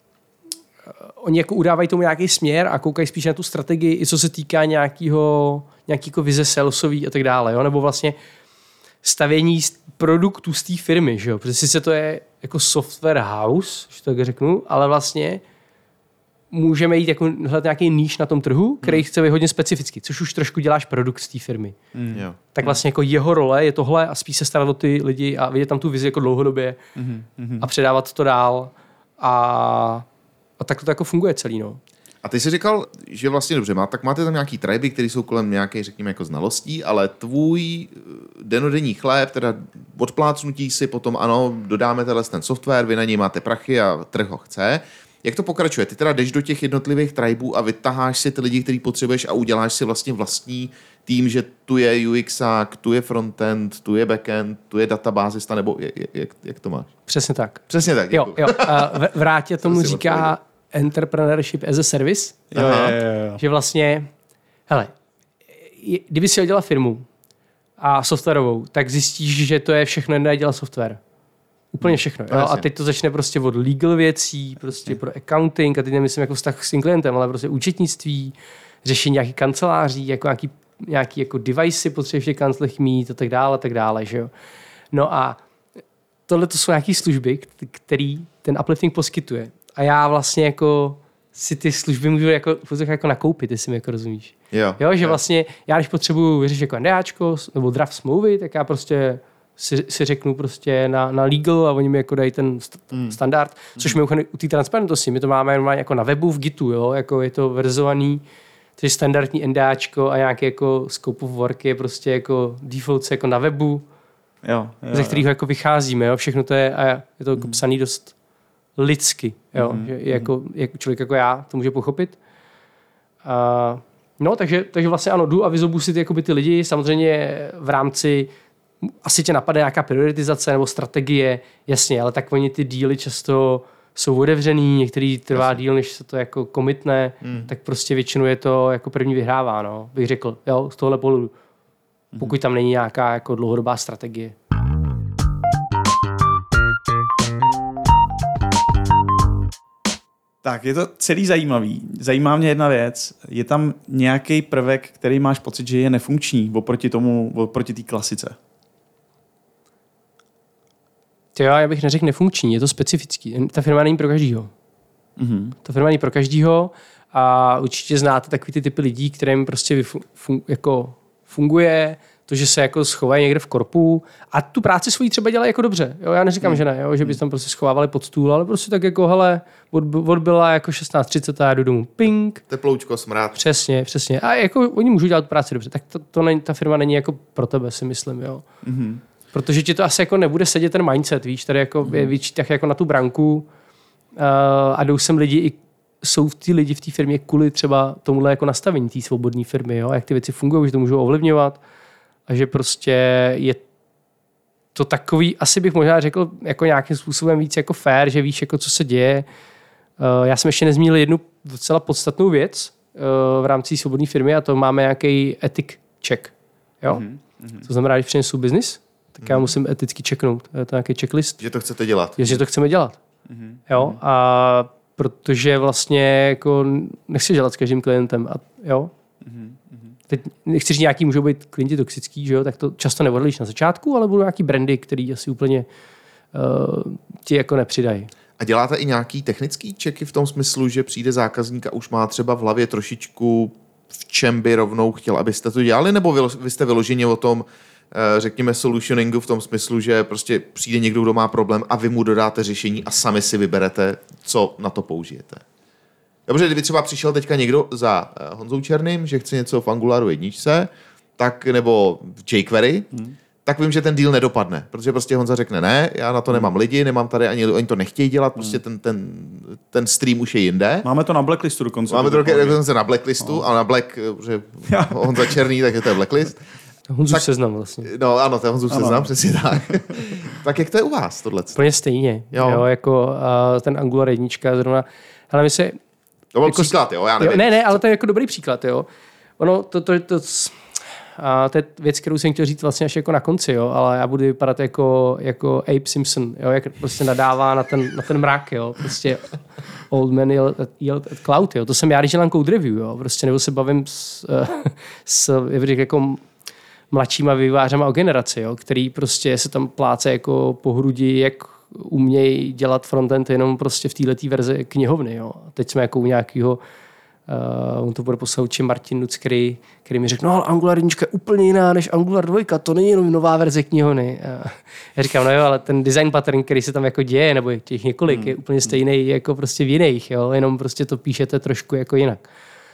oni jako udávají tomu nějaký směr a koukají spíš na tu strategii, i co se týká nějakého, nějaký jako vize salesový a tak dále, jo, nebo vlastně stavění produktů z té firmy, že jo? Protože sice to je jako software house, že tak řeknu, ale vlastně můžeme jít jako hledat nějaký níž na tom trhu, který hmm. chce být hodně specifický, což už trošku děláš produkt z té firmy. Hmm. Tak vlastně jako jeho role je tohle a spíš se starat o ty lidi a vidět tam tu vizi jako dlouhodobě hmm. a předávat to dál a, a tak to jako funguje celý, no. A ty jsi říkal, že vlastně dobře, má, tak máte tam nějaký triby, které jsou kolem nějaké, řekněme, jako znalostí, ale tvůj denodenní chléb, teda odplácnutí si potom, ano, dodáme tenhle ten software, vy na něj máte prachy a trh ho chce. Jak to pokračuje? Ty teda jdeš do těch jednotlivých tribů a vytaháš si ty lidi, který potřebuješ a uděláš si vlastně vlastní tým, že tu je UXák, tu je frontend, tu je backend, tu je databázista, nebo jak, jak, jak to máš? Přesně tak. Přesně tak, jo, jo. A vrátě tomu říká entrepreneurship as a service. Jo, jo, jo, jo. Že vlastně, hele, kdyby si dělal firmu a softwarovou, tak zjistíš, že to je všechno, jen dělat software. Úplně všechno. Jo? A teď to začne prostě od legal věcí, prostě pro accounting, a teď nemyslím jako vztah s tím klientem, ale prostě účetnictví, řešení nějakých kanceláří, jako nějaký, nějaký jako devicey potřebuješ v těch kanclech mít a tak dále, a tak dále. Že jo? No a tohle to jsou nějaké služby, které ten uplifting poskytuje. A já vlastně jako si ty služby můžu jako, jako nakoupit, jestli mi jako rozumíš. Jo, jo, že jo. vlastně já když potřebuji vyřešit jako NDAčko nebo draft smlouvy, tak já prostě si, si řeknu prostě na, na legal a oni mi jako dají ten st- mm. standard, což my u té transparentnosti, my to máme jako na webu v Gitu, jo, jako je to verzovaný, to je standardní NDAčko a nějaký jako scope of work je prostě jako default jako na webu, Jo, jo, ze kterého jo. jako vycházíme, jo, všechno to je, a je to jako Mm. psaný dost lidsky, jo, Mm. že jako, jako člověk jako já to může pochopit. A, no, takže, takže vlastně ano, jdu a vyzobu si ty, jakoby ty lidi, samozřejmě v rámci, asi tě napadne nějaká prioritizace nebo strategie, jasně, ale tak oni ty díly často jsou otevřený, některý trvá jasně. díl, než se to jako komitne, mm. tak prostě většinou je to jako první vyhrává, no, bych řekl, jo, z tohohle pohledu, pokud tam není nějaká jako dlouhodobá strategie. Tak, je to celý zajímavý. Zajímá mě jedna věc. Je tam nějaký prvek, který máš pocit, že je nefunkční oproti tomu, oproti té klasice? To já bych neřekl nefunkční, je to specifický. Ta firma není pro každýho. Mm-hmm. Ta firma není pro každýho a určitě znáte takový ty typy lidí, kterým prostě fun, jako funguje to, že se jako schovají někde v korpu a tu práci svoji třeba dělají jako dobře. Jo, já neříkám, mm. že ne, jo, že by tam prostě schovávali pod stůl, ale prostě tak jako, hele, od, odbyla jako šestnáct třicet a já jdu domů. Ping. Teploučko, smrad. Přesně, přesně. A jako oni můžou dělat tu práci dobře, tak to, to není, ta firma není jako pro tebe, si myslím, jo. Mm-hmm. Protože ti to asi jako nebude sedět ten mindset, víš, tady jako mm. je víc tak jako na tu branku uh, a jdou sem lidi i jsou ty lidi v té firmě kvůli třeba tomuhle jako nastavení té svobodné firmy, jo, jak ty věci fungují, že to můžou ovlivňovat a že prostě je to takový, asi bych možná řekl jako nějakým způsobem víc jako fair, že víš, jako co se děje. Uh, já jsem ještě nezmínil jednu docela podstatnou věc uh, v rámci svobodné firmy a to máme nějaký ethic check. Jo? Mm-hmm. To znamená, když přinesu business, tak já musím eticky checknout. Je to nějaký checklist. Že to chcete dělat. Že to chceme dělat. Mm-hmm. Jo? A protože vlastně jako nechci dělat s každým klientem. A, jo? Mm-hmm. Teď nechci říct, nějaký můžou být klienti toxický, že jo? Tak to často neodhalíš na začátku, ale budou nějaký brandy, který asi úplně uh, ti jako nepřidají. A děláte i nějaký technický checky v tom smyslu, že přijde zákazník a už má třeba v hlavě trošičku, v čem by rovnou chtěl, abyste to dělali, nebo vy, vy jste vyloženě o tom, řekněme, solutioningu v tom smyslu, že prostě přijde někdo, kdo má problém a vy mu dodáte řešení a sami si vyberete, co na to použijete. Dobře, kdyby třeba přišel teďka někdo za Honzou Černým, že chce něco v Angularu jedničce, tak, nebo v jQuery, hmm. tak vím, že ten deal nedopadne, protože prostě Honza řekne, ne, já na to nemám lidi, nemám tady ani, oni to nechtějí dělat, prostě ten, ten, ten stream už je jinde. Máme to na blacklistu dokonce. Máme to dokonce na blacklistu, no. A na black, že Honza Černý, tak je to blacklist. Honzův tak, seznam vlastně. No ano, to je Honzův seznam, přesně tak. Tak jak to je u vás, tohle? Úplně stejně, jo. Jo, jako uh, ten Angular jednička zrovna, hele, my se... To byl jako, příklad, jo, já nevím. Jo, ne, ne, ale to je jako dobrý příklad, jo. Ono, to, to, to, to, a to je věc, kterou jsem chtěl říct vlastně až jako na konci, jo, ale já budu vypadat jako, jako Abe Simpson, jo, jak prostě nadává na ten, na ten mrak, jo, prostě old man yelled at, yelled at cloud, jo, to jsem já, když dělám code review, jo, prostě nebo se bavím s, s jako mladšíma vývojářema o generaci, jo, který prostě se tam pláce jako po hrudi, jak umějí dělat frontend jenom prostě v této verzi knihovny. Jo. A teď jsme jako u nějakého, uh, on to bude posloučit Martin Nuc, který, který mi řekl, no ale Angular jedna je úplně jiná než Angular dva, to není jenom nová verze knihovny. A já říkám, no jo, ale ten design pattern, který se tam jako děje, nebo těch několik, hmm. je úplně stejný jako prostě v jiných, jo, jenom prostě to píšete trošku jako jinak.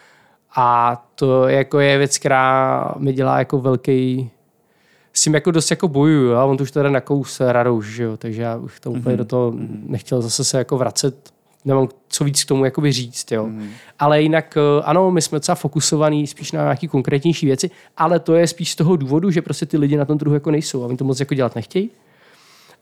A to jako je věc, která mi dělá jako velký, s tím jako dost jako bojuju, a on to už teda nakous radou, že jo, takže já už to úplně mm-hmm. do toho nechtěl zase se jako vracet, nemám co víc k tomu jakoby říct, jo. Mm-hmm. Ale jinak ano, my jsme docela fokusovaní spíš na nějaký konkrétnější věci, ale to je spíš z toho důvodu, že prostě ty lidi na tom trhu jako nejsou a oni to moc jako dělat nechtějí.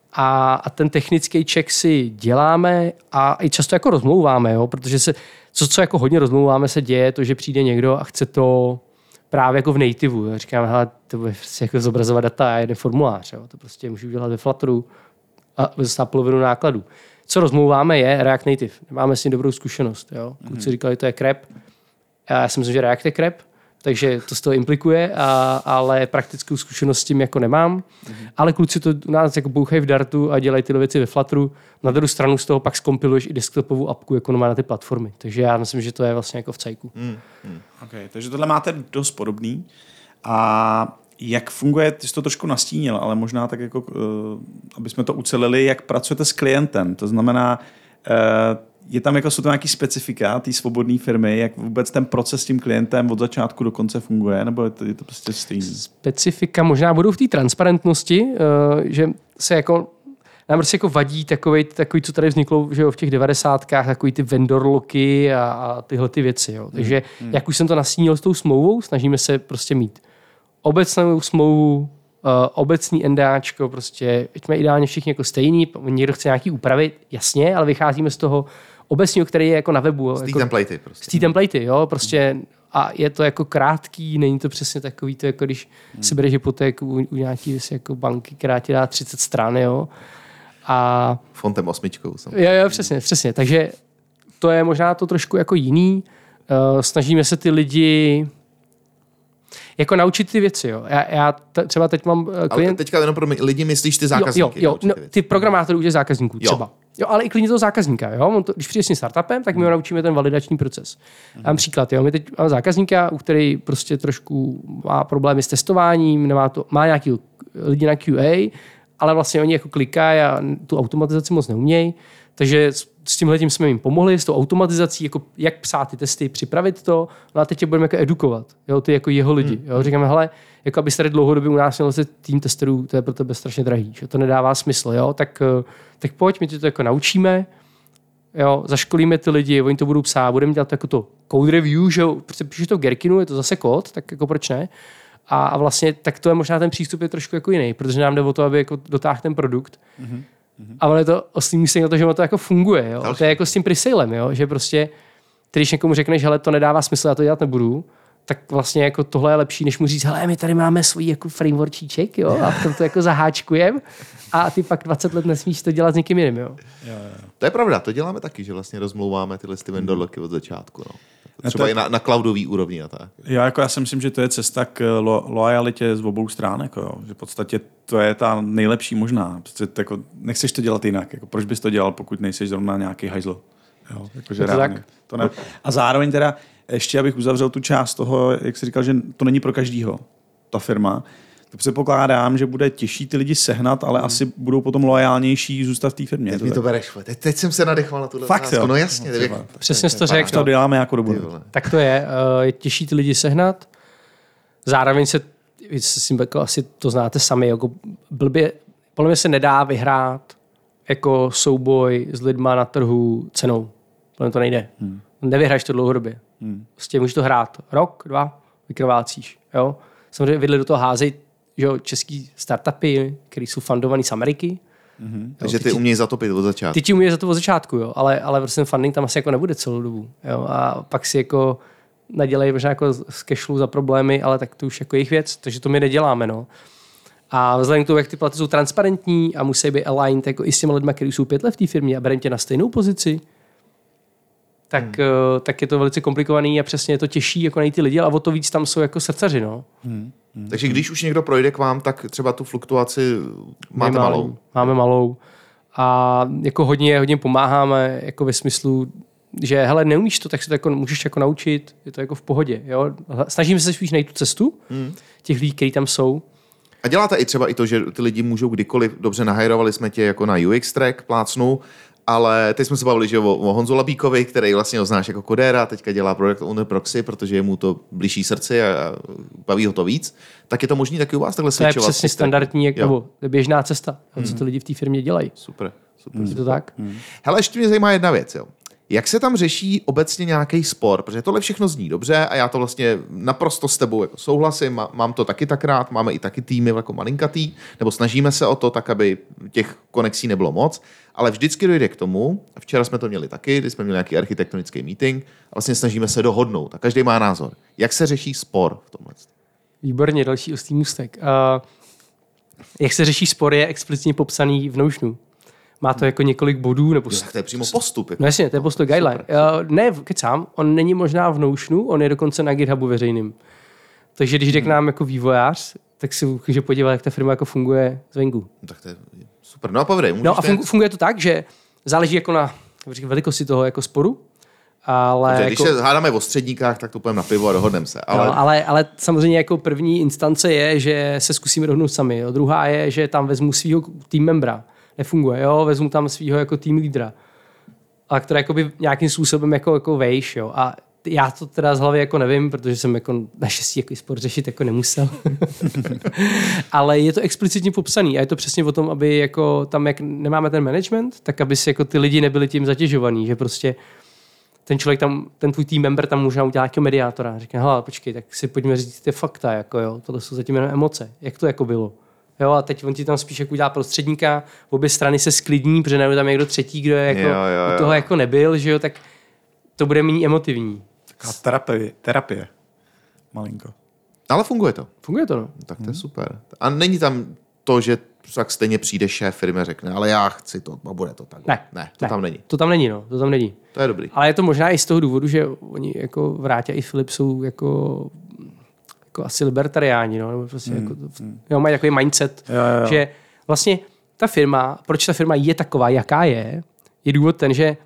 A, a ten technický check si děláme a i často jako rozmlouváme, jo? Protože se, co, co jako hodně rozmlouváme se děje, to, že přijde někdo a chce to právě jako v nativeu. Já říkám, hele, to bude prostě jako zobrazovat data a jeden formulář. Jo? To prostě můžu udělat ve Flutteru a dostat polovinu nákladů. Co rozmlouváme je React Native. Máme s tím dobrou zkušenost. Jo? Kluci říkali, to je crap. Já si myslím, že React je crap, takže to z toho implikuje, a, ale praktickou zkušenost s tím jako nemám. Mm-hmm. Ale kluci to u nás jako bouchají v Dartu a dělají tyhle věci ve Flutteru. Na druhou stranu z toho pak zkompiluješ i desktopovou apku, jako má na ty platformy. Takže já myslím, že to je vlastně jako v cajku. Mm. Mm. Okay, takže tohle máte dost podobný. A jak funguje, ty jsi to trošku nastínil, ale možná tak jako, uh, aby jsme to ucelili, jak pracujete s klientem. To znamená, uh, je tam jako, jsou tam nějaký specifika té svobodné firmy, jak vůbec ten proces s tím klientem od začátku do konce funguje, nebo je to, je to prostě stejný? Specifika možná budou v té transparentnosti, uh, že se jako nám prostě jako vadí takový, takový, co tady vzniklo, že jo, v těch devadesátkách, takový ty vendor locky a, a tyhle ty věci. Jo. Takže hmm. jak už jsem to nastínil s tou smlouvou, snažíme se prostě mít obecnou smlouvu, uh, obecný NDAčko, prostě jsme ideálně všichni jako stejný, někdo chce nějaký úpravy, jasně, ale vycházíme z toho obecního, který je jako na webu. Z té jako, templatey prostě. Z té templatey, jo, prostě a je to jako krátký, není to přesně takový, to jako když hmm. si bereš hypotéku u, u nějaký jako banky, která ti dá třicet stran, jo. A fontem osmičkou. Samozřejmě. Jo, jo, přesně, přesně. Takže to je možná to trošku jako jiný. Uh, snažíme se ty lidi jako naučit ty věci, jo. Já, já t- třeba teď mám klient... Ale teďka jenom pro mě, lidi myslíš ty zákazníky. Jo, jo, jo no, ty programátory u těch zákazníků jo. třeba. Jo, ale i klidně toho zákazníka, jo. On to, když přijde s tím startupem, tak my ho naučíme ten validační proces. Hmm. Dám příklad, jo. My teď máme zákazníka, u který prostě trošku má problémy s testováním, nemá to, má nějaký lidi na Q A, ale vlastně oni jako klikají a tu automatizaci moc neumějí. Takže s tímhletím jsme jim pomohli, s tou automatizací, jako jak psát ty testy, připravit to, no a teď tě budeme jako edukovat, jo, ty jako jeho lidi. Jo. Říkáme, hele, jako abyste tady dlouhodobě u nás měl se tým testerů, to je pro tebe strašně drahý, že to nedává smysl, jo, tak, tak pojď, my ti to jako naučíme, jo, zaškolíme ty lidi, oni to budou psát, budeme dělat jako to code review, že jo, protože píšeš to v Gherkinu, je to zase kód, tak jako proč ne? A, a vlastně tak to je možná ten přístup je trošku jako jiný, protože nám jde o to, aby jako dotáhl ten produkt. Mm-hmm. Ale je to oslý na to, že to jako funguje. Jo? To je jako s tím pre-salem, jo? Že prostě, když někomu řekneš, hele, to nedává smysl, já to dělat nebudu, tak vlastně jako tohle je lepší, než mu říct, hele, my tady máme svůj jako frameworkíček, jo, a v tom to jako zaháčkujeme a ty pak dvacet let nesmíš to dělat s někým jiným, jo. Jo, jo. To je pravda, to děláme taky, že vlastně rozmlouváme tyhle ty vendor locky od začátku, no. Třeba i na, na cloudový úrovni a tak. Já, jako já si myslím, že to je cesta k lo, loajalitě z obou stran, jako jo. Že v podstatě to je ta nejlepší možná. Prostě jako, nechceš to dělat jinak. Jako, proč bys to dělal, pokud nejseš zrovna nějaký hajzl? Jo, jako, že to reálně, tak? To ne. A zároveň teda, ještě abych uzavřel tu část toho, jak jsi říkal, že to není pro každýho, ta firma, to předpokládám, že bude těžší ty lidi sehnat, ale hmm. asi budou potom loajálnější zůstat v té firmě. Teď mi to bereš, teď, teď jsem se nadechval na tuhle Fakt, jo. No jasně. No, teď, přesně jsi to řekl. To děláme jako dobu. Tak to je, je těžší ty lidi sehnat. Zároveň se, jako asi to znáte sami, jako blbě, podle mě se nedá vyhrát jako souboj s lidma na trhu cenou. Podle mě to nejde. Hmm. Nevyhraješ to dlouhodobě. Hmm. Prostě můžeš to hrát rok, dva, vykrvácíš. Jo? Samozřejmě vidli do toho házejí, že jo, český startupy, které jsou fundovaný z Ameriky. Mm-hmm. Takže ty, ty umějí zatopit od začátku. Ty ti umějí za to od začátku, jo, ale, ale prostě ten funding tam asi jako nebude celou dobu. Jo, a pak si jako nadělají možná jako z cashflow za problémy, ale tak to už jako jejich věc, takže to my neděláme, no. A vzhledem k tomu, jak ty platy jsou transparentní a musí být aligned jako i s těmi lidmi, kteří jsou pět let v té firmě a bereme tě na stejnou pozici, tak, hmm. uh, tak je to velice komplikovaný a přesně je to těžší jako najít ty lidi, ale o to víc tam jsou jako srdcaři, no. Hmm. Hmm. Takže když už někdo projde k vám, tak třeba tu fluktuaci máte máme, malou. Máme malou. A jako hodně, hodně pomáháme jako ve smyslu, že hele, neumíš to, tak se to jako můžeš jako naučit, je to jako v pohodě. Jo? Snažíme se spíš najít tu cestu hmm. těch lidí, kteří tam jsou. A děláte i třeba i to, že ty lidi můžou kdykoliv, dobře nahajrovali jsme tě jako na U X track, plácnu, ale teď jsme se bavili, že o, o Honzu Labíkovi, který vlastně ho znáš jako kodéra, teďka dělá Product Owner Proxy, protože je mu to blíží srdci a baví ho to víc. Tak je to možný taky u vás takhle switchovat? To je přesně standardní, jak, nebo běžná cesta, hmm. co ty lidi v té firmě dělají. Super, super. Je super. to tak? Hmm. Hele, ještě mě zajímá jedna věc. Jo. Jak se tam řeší obecně nějaký spor? Protože tohle všechno zní dobře a já to vlastně naprosto s tebou jako souhlasím, mám to taky tak rád, máme i taky týmy jako malinkatý, nebo snažíme se o to tak, aby těch konexí nebylo moc, ale vždycky dojde k tomu, včera jsme to měli taky, když jsme měli nějaký architektonický meeting, a vlastně snažíme se dohodnout a každý má názor. Jak se řeší spor v tomhle? Výborně, další ostý můstek. Uh, jak se řeší spor je explicitně popsaný v Notionu. Má to jako několik bodů, nebo... Jo, tak to je přímo postup. Jako. No jasně, to je postup guideline. Uh, ne, kecám, on není možná v Notionu, on je dokonce na GitHubu veřejným. Takže když jde k nám jako vývojář, tak si může podívat, jak ta firma jako funguje zvenku. No, tak to je super. No a povědej. No a fungu, funguje to tak, že záleží jako na velikosti toho jako sporu, ale... Takže jako, když se hádáme o středníkách, tak to půjdeme na pivo a dohodneme se. Ale... No, ale, ale samozřejmě jako první instance je, že se zkusíme dohodnout sami. Jo. Druhá je, že tam vezmu svýho team membra. Nefunguje, jo, vezmu tam svýho jako team lídra. A který jakoby nějakým způsobem jako, jako vejš, jo. A já to teda z hlavy jako nevím, protože jsem jako naštěstí jako sport řešit jako nemusel. Ale je to explicitně popsaný a je to přesně o tom, aby jako tam, jak nemáme ten management, tak aby si jako ty lidi nebyli tím zatěžovaný, že prostě ten člověk tam, ten tvůj team member tam může udělat nějakého mediátora. Říká, hele, počkej, tak si pojďme říct ty fakta, jako jo, tohle jsou zatím jenom emoce. Jak to jako bylo? Jo, a teď on ti tam spíš jako udělá prostředníka, obě strany se sklidní, protože nebo tam někdo třetí, kdo je jako, jo, jo, jo. u toho jako nebyl, že jo, tak to bude méně emotivní. Taková terapie, terapie. Malinko. Ale funguje to. Funguje to, no. Tak to je super. A není tam to, že tak stejně přijde šéf firmy a řekne, ale já chci to a bude to tak. Ne, ne to ne, tam není. To tam není, no. To tam není. To je dobrý. Ale je to možná i z toho důvodu, že oni jako Vrátě i Filip jsou jako, jako asi libertariáni, no, nebo prostě hmm. jako, jo, mají takový mindset, jo, jo, jo. že vlastně ta firma, proč ta firma je taková, jaká je, je důvod ten, že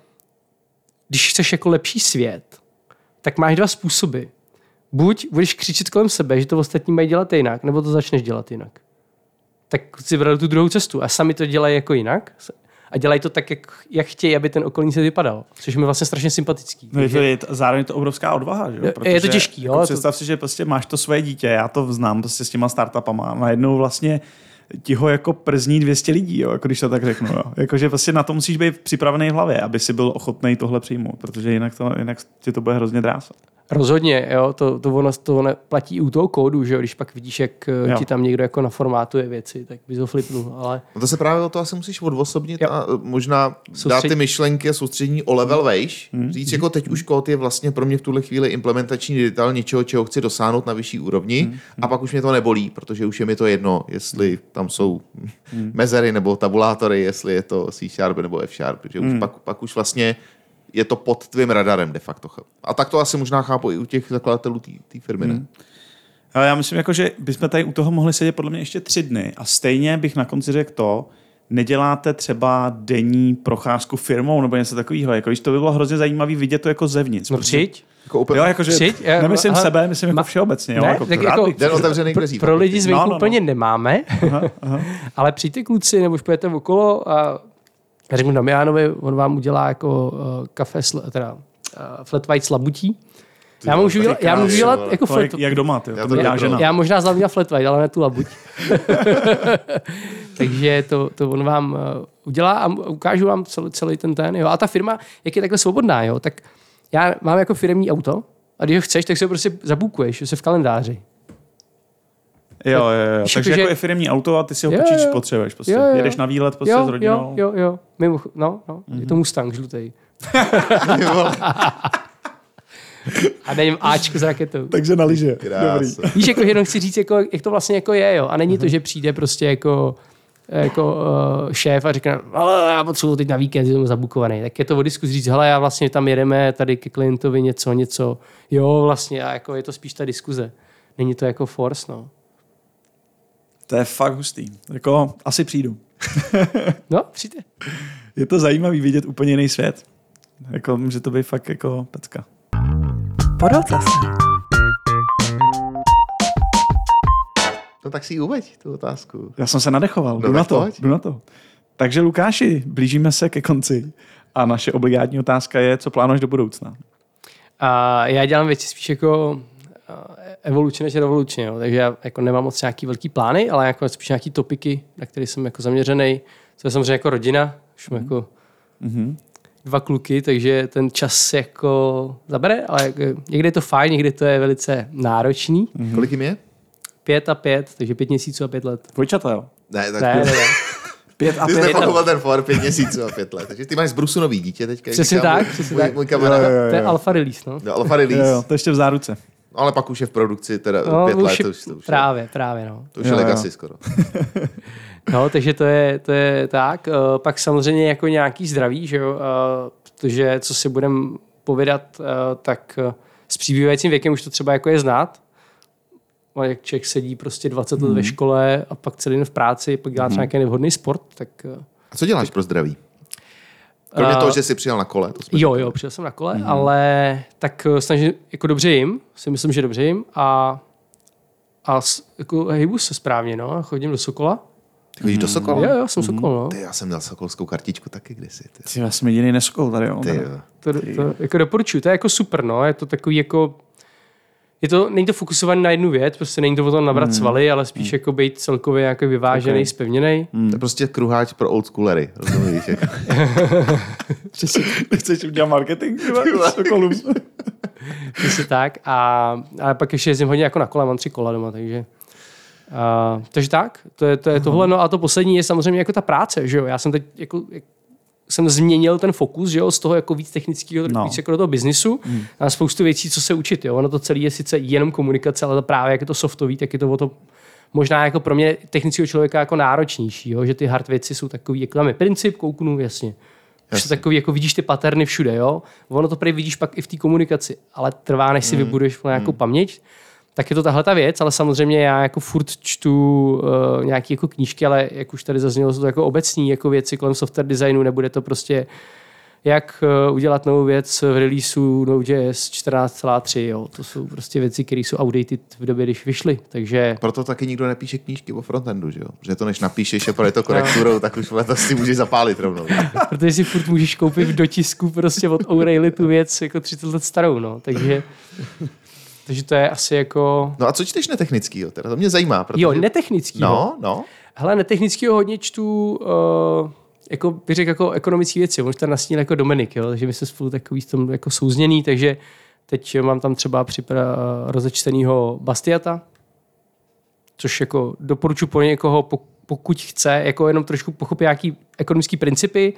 když chceš jako lepší svět, tak máš dva způsoby. Buď budeš křičet kolem sebe, že to ostatní mají dělat jinak, nebo to začneš dělat jinak. Tak si vybral tu druhou cestu a sami to dělají jako jinak a dělají to tak, jak, jak chtějí, aby ten okolní svět vypadal. Což mi vlastně strašně sympatický. No, je to, je to, zároveň je to obrovská odvaha, že jo? Protože, je to těžký, jo? Jako představ si, že prostě máš to svoje dítě, já to znám prostě s těma startupama a najednou vlastně ti ho jako przní dvě stě lidí, jo? Jako když to tak řeknu. Jo? Jakože prostě na to musíš být připravený v hlavě, aby si byl ochotný tohle přijmout, protože jinak, to, jinak ti to bude hrozně drásat. Rozhodně, jo, to, to, ono, to ono platí i u toho kódu, že jo, když pak vidíš, jak jo. ti tam někdo jako naformátuje věci, tak bys ho flipnul, ale... No to se právě o to asi musíš odosobnit jo. a možná Soustřed... dát ty myšlenky a soustředění o level vejš, hmm. říct, jako teď už kód je vlastně pro mě v tuhle chvíli implementační detail něčeho, čeho chci dosáhnout na vyšší úrovni hmm. a pak už mě to nebolí, protože už je mi to jedno, jestli tam jsou hmm. mezery nebo tabulátory, jestli je to C Sharp nebo F Sharp, protože hmm. už pak, pak už vlastně je to pod tvým radarem de facto. A tak to asi možná chápu i u těch zakladatelů té firmy, ne? Hmm. Ale já myslím, jako, že bychom tady u toho mohli sedět podle mě ještě tři dny a stejně bych na konci řekl to, neděláte třeba denní procházku firmou nebo něco takového. Jako, když to by bylo hrozně zajímavé vidět to jako zevnitř. No přijď. Jako úplně, jo, jakože přijď. Nemyslím aha, sebe, myslím ma, jako všeobecně. Jo, ne, jako tak jako den otevřených dveří. Pro lidi zvenku no, no, úplně no. nemáme, aha, aha. ale přijďte kluci, nebo už pojďte okolo a já řeknu Damianovi, on vám udělá jako uh, kafe, sl, teda uh, flat white s labutí. Já můžu dělat, já můžu dělat jako flat white. Jak doma, ty, já, to já, žena. já možná znám dělat flat white, ale ne tu labuť. Takže to, to on vám uh, udělá a ukážu vám celý, celý ten ten. Jo. A ta firma, jak je takhle svobodná, jo, tak já mám jako firemní auto a když ho chceš, tak si ho prostě zabukuješ, se v kalendáři. Jo, jo, jo. Víš, takže jako, jako že... je firemní auto a ty si ho jo, počíš, jo. potřebuješ. Prostě. Jo, jo. Jedeš na výlet prostě jo, s rodinou. Jo, jo, jo. Mimo, no, no. Mm-hmm. Je to Mustang žlutej. A nevím, Ačko s raketou. Takže na lyže. Víš, jako jenom chci říct, jako, jak to vlastně jako je, jo. A není to, že přijde prostě jako, jako uh, šéf a řekne, ale já potřebuji teď na víkend, jsem zabukovaný. Tak je to o diskuzi říct, hele, já vlastně tam jedeme tady ke klientovi něco, něco. Jo, vlastně, a jako je to spíš ta diskuze. Není to jako force, no. To je fakt hustý. Jako, asi přijdu. No, přijďte. Je to zajímavý vidět úplně jiný svět. Jako, může to být fakt jako pecka. Podle zase. No tak si ji uveď, tu otázku. Já jsem se nadechoval. No, jdu na to, pojď. jdu na to. Takže Lukáši, blížíme se ke konci. A naše obligátní otázka je, co plánuješ do budoucna? A já dělám věci spíš jako evolučně než revolučně, jo. Takže já jako nemám moc nějaký velký plány, ale jako spíš nějaký topiky, na které jsem jako zaměřený. To je samozřejmě jako rodina, už mm. jako mm-hmm. dva kluky, takže ten čas jako zabere, ale jako, někdy je to fajn, někdy to je velice náročný. Mm-hmm. Kolik jim je? Pět a pět, takže pět měsíců a pět let. Dvojčata, jo? Ne, tak Ne, ne, ne. Pět a ty jsi pět. nepakoval ten for pět měsíců a pět let. Takže ty máš z Brusu nový dítě teďka. Přesně říkám, tak, můj, přesně můj, tak. můj kamarád. Jo, jo, jo. To je alfa release, no. No, alfa release. Jo, jo, to ještě v záruce. No, ale pak už je v produkci teda No, pět už let. je- To už, to už Právě, právě, no. To už Jo, je jo. legacy skoro. No, takže to je, to je tak. Uh, pak samozřejmě jako nějaký zdraví, že jo, uh, protože co si budem povědat, uh, tak uh, s přibývajícím věkem už to třeba jako je znát. A jak člověk sedí prostě dvacet let Hmm. ve škole a pak celý den v práci, pak dělá třeba nějaký nevhodný sport, tak... Uh, A co děláš pro zdraví? Kromě Uh, toho, že jsi přijel na kole. To jsme jo, řekli. jo, přijel jsem na kole, mm-hmm. ale tak uh, snažím, jako dobře jim, si myslím, že dobře jim a, a s, jako hejbu se správně, no, chodím do Sokola. Ty chodíš do Sokola? Jo, jo, jsem Sokol, no. Ty, já jsem měl sokolskou kartičku taky kdysi. Ty, Ty, já jsem jediný neskol tady, jo. ty, jo. To, to jako doporučuji, to je jako super, no, je to takový jako, je to, není to fokusované na jednu věc, prostě není to o tom nabrat mm. svaly, ale spíš mm. jako být celkově jako vyvážený, okay. zpevněnej. To je prostě kruháč pro old schoolery. Rozumíš? Jako. Přesně, nechceš udělat marketing, tyhle, Sokolům. Přesně tak. A, ale pak ještě jezdím hodně jako na kole, mám tři kola doma, takže... Uh, takže tak, to je, to je tohle. No a to poslední je samozřejmě jako ta práce, že jo. Já jsem teď jako, jak, jsem změnil ten fokus, že jo, z toho jako víc technického, no. víc jako do toho biznisu. Mm. A spoustu věcí, co se učit, jo. Ono to celé je sice jenom komunikace, ale to právě jak je to softový, tak je to o to možná jako pro mě technického člověka jako náročnější, jo, že ty hard věci jsou takový, jako tam je princip, kouknu, jasně. Už to takový, jako vidíš ty paterny všude, jo. Ono to prý vidíš pak i v té komunikaci, ale trvá, než si mm. vybuduješ nějakou mm. paměť. Tak je to tahle ta věc, ale samozřejmě já jako furt čtu uh, nějaké jako knížky, ale jak už tady zaznělo, jsou to jako obecní jako věci kolem software designu, nebude to prostě jak uh, udělat novou věc v releaseu Node.js čtrnáct celá tři, jo. To jsou prostě věci, které jsou outdated v době, když vyšly, takže... Proto taky nikdo nepíše knížky o frontendu, že jo? Protože to než napíšeš a projde to korekturou, tak už to si můžeš zapálit rovnou. Protože si furt můžeš koupit v dotisku prostě od O'Reilly tu věc jako třicet let starou, no. Takže... Takže to je asi jako... No a co čteš netechnickýho? Teda to mě zajímá. Protože... Jo, netechnickýho. No, no. Hele, netechnickýho hodně čtu, uh, jako bych řekl, jako ekonomické věci. On už tady nasnil jako Dominik, jo? Takže my jsme spolu takový tom jako souzněný, takže teď mám tam třeba připra- rozečtenýho Bastiata, což jako doporučuji pro někoho, pokud chce, jako jenom trošku pochopit nějaký ekonomický principy,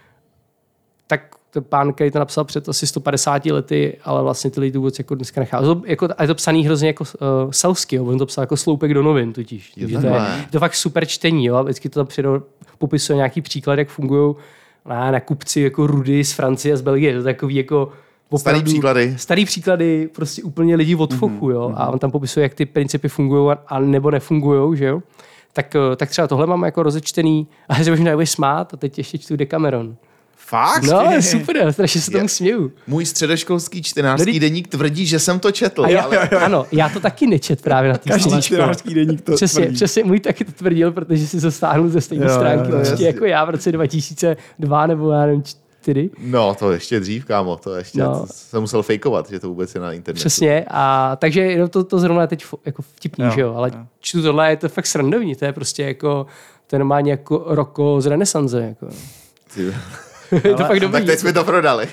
tak ten pán, který to napsal před asi sto padesáti lety, ale vlastně ty lidi to vůbec jako dneska nechá. Jako, a je to psaný hrozně jako uh, selsky, jo? On to psal jako sloupek do novin totiž. Je to, je, je to fakt super čtení. Jo? Vždycky to tam přidou, popisuje nějaký příklad, jak fungují na, na kupci jako Rudy z Francie a z Belgie. To je takový jako starý příklady. Starý příklady, prostě úplně lidi od fochu, jo? A on tam popisuje, jak ty principy fungují a, a nebo nefungují, že jo? Tak, tak třeba tohle mám jako rozečtený a že možná nebudeš smát a teď ještě čtu Decameron. Fakt? No, je super, strašně se tomu směju. Můj středoškolský čtenářský Nedy... deník tvrdí, že jsem to četl. A já, ale... Ano, já to taky nečet právě na té Každý čtenářský deník to přesně, tvrdí. přesně, můj taky to tvrdil, protože si to stáhnul ze stejné stránky. Jo, Určitě jako já v roce dva tisíce dva nebo já nevím, čtyři. No, to ještě dřív, kámo, to ještě No. to jsem musel fejkovat, že to vůbec je na internetu. Přesně, a takže jenom to, to zrovna je teď jako vtipný, Jo, že jo, ale jo. čtu tohle, je to fakt srandovní, to je prostě jako, to je normálně jako Rocco z renesanze, jako. Ty... Je to fakt dobrý. Tak teď jsme to prodali.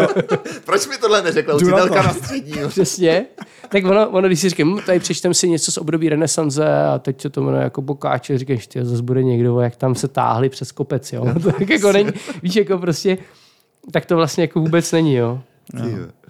Proč mi tohle neřekla učitelka na střední? Přesně. Tak ono, ono když si říkám, tady přečtem si něco z období renesanze a teď se to jmenuje jako Bokáče, říkáš, ty zase bude někdo, jak tam se táhli přes kopec, jo. Tak jako není, víš, jako prostě, tak to vlastně jako vůbec není, jo. No.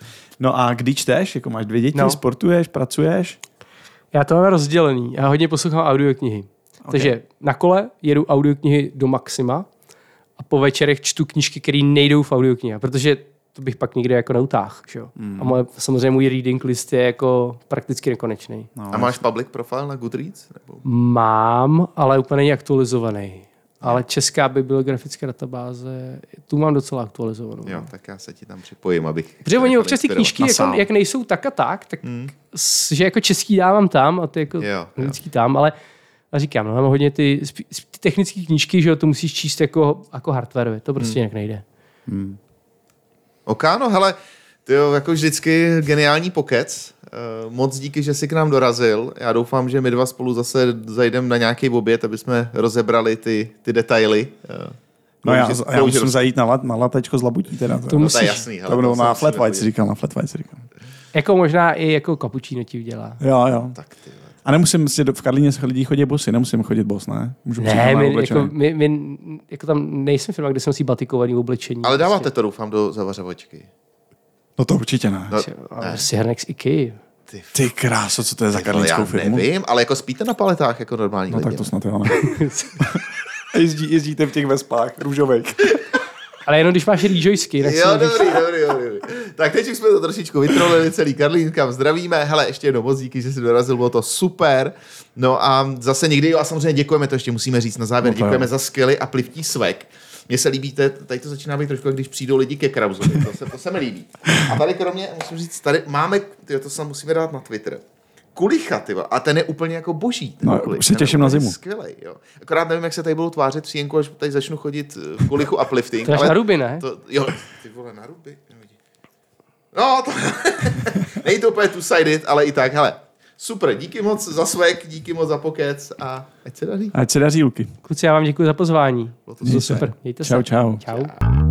no a kdy čteš? Jako máš dvě děti, No. sportuješ, pracuješ? Já to mám rozdělený. Já hodně poslouchám audioknihy. Okay. Takže na kole jedu audioknihy do maxima a po večerech čtu knížky, které nejdou v audioknihe, protože to bych pak nikdy jako neutáhl. Mm. A moje, samozřejmě můj reading list je jako prakticky nekonečný. No, A máš public profile na Goodreads? Nebo? Mám, ale úplně není aktualizovaný. Ale česká bibliografická databáze, tu mám docela aktualizovanou. Jo, tak já se ti tam připojím, abych... Protože oni občas ty knížky, jako, sál. jak nejsou tak a tak, tak Hmm. s, že jako český dávám tam a ty jako Jo, anglický tam, ale a říkám, no, mám hodně ty, spí- ty technické knížky, že jo, to musíš číst jako, jako hardware, to prostě Hmm. jinak nejde. Hmm. Ok, no hele, ty jo, jako vždycky geniální pokec. Uh, moc díky, že jsi k nám dorazil. Já doufám, že my dva spolu zase zajdeme na nějaký oběd, aby jsme rozebrali ty, ty detaily. Uh, No já, já musím zajít na, lat, na latečko z Labutí teda. To, musíš, no to je jasný. Hele, to budou na flat white, si říkal, na flat white si říkal. Jako možná i jako cappuccino ti udělá. Jo, jo. Tak ty. A nemusím si v Karlíně lidi chodit bosy, nemusím chodit bos, ne? Můžu ne, my, jako, my, my, jako tam nejsem firma, kde se nosí batikovaný oblečení. Ale dáváte prostě to, doufám, do zavařovačky. No to určitě ne. No, ne. Si hrnek z IKEA. Ty, ty kráso, co to je za karlínskou firmu? Já nevím, ale jako spíte na paletách jako normální no, lidi. No tak to snad jo, ne. Jezdí, jezdíte v těch vespách růžových. Ale jenom když máš rýžojsky. Jo, dobrý, dobrý, dobrý, dobrý. Tak teď už jsme to trošičku vytrolili celý Karlín, kam zdravíme. Hele, ještě jednou moc díky, že jsi dorazil, bylo to super. No a zase někdy, jo, a samozřejmě děkujeme, to ještě musíme říct na závěr, no děkujeme za skvělý a plivtý swag. Mně se líbí, tady to začíná být trošku, když přijdou lidi ke Krausovi, to se, to se mi líbí. A tady kromě, musím říct, tady máme, tyjo, to se musíme dát na Twitter, kulicha, tyvo, a ten je úplně jako boží. No, kulich, už se těším na zimu. Skvělej, jo. Akorát nevím, jak se tady budou tvářit v Sienku, až tady začnu chodit v kulichu uplifting. To je na ruby, ne? To, jo, ty vole, na ruby. No, to není to úplně two-sided, ale i tak, hele. Super, díky moc za swag, díky moc za pokec a ať se daří. Ať se daří, Luky. Kluci, já vám děkuji za pozvání. Bylo to super. super. Mějte čau, se. Čau, čau.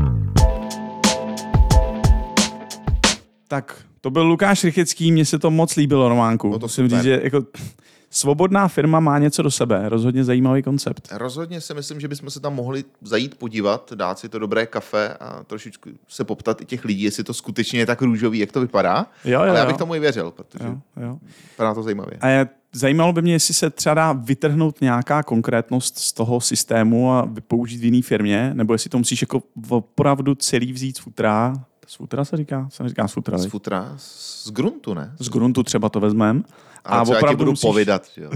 Tak, to byl Lukáš Rychecký, mně se to moc líbilo, Románku. No to musím říct, že jako svobodná firma má něco do sebe, rozhodně zajímavý koncept. Rozhodně si myslím, že bychom se tam mohli zajít podívat, dát si to dobré kafe a trošičku se poptat i těch lidí, jestli to skutečně je tak růžový, jak to vypadá. Jo, jo, ale já jo. bych tomu i věřil, protože jo, jo. vypadá to zajímavě. A je, zajímalo by mě, jestli se třeba dá vytrhnout nějaká konkrétnost z toho systému a použít v jiné firmě, nebo jestli to musíš jako opravdu celý vzít z futra. Z futra se říká? Se neříká z futra. Z futra? Z gruntu, ne? Z gruntu třeba to vezmem. A opravdu budu musíš... povídat. Jo.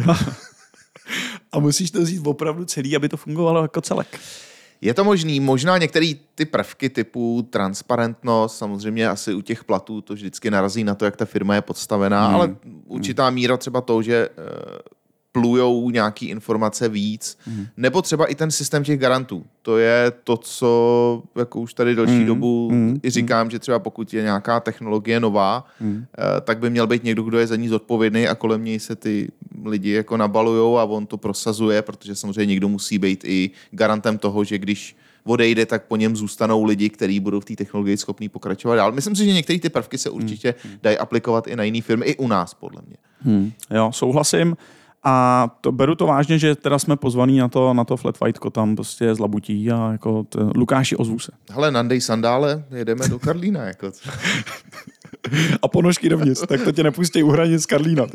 A musíš to vzít opravdu celý, aby to fungovalo jako celek. Je to možný, možná některé ty prvky typu transparentnost, samozřejmě asi u těch platů to vždycky narazí na to, jak ta firma je podstavená, hmm. ale určitá míra třeba toho, že plujou nějaký informace víc, hmm. nebo třeba i ten systém těch garantů. To je to, co jako už tady delší hmm. dobu hmm. i říkám, že třeba pokud je nějaká technologie nová, hmm. tak by měl být někdo, kdo je za ní zodpovědný a kolem něj se ty lidi jako nabalujou a on to prosazuje, protože samozřejmě někdo musí být i garantem toho, že když odejde, tak po něm zůstanou lidi, kteří budou v té technologii schopní pokračovat dál. Myslím si, že některé ty prvky se určitě hmm. dají aplikovat i na jiné firmy, i u nás, podle mě. Hmm. Jo, souhlasím. A to, beru to vážně, že teda jsme pozvaní na to, na to flat whiteko tam prostě z Labutí a jako to, Lukáši, ozvu se. Hele, nandej sandále, jedeme do Karlína. Jako. A ponožky dovnitř, tak to tě nepustí u hranic z Karlína.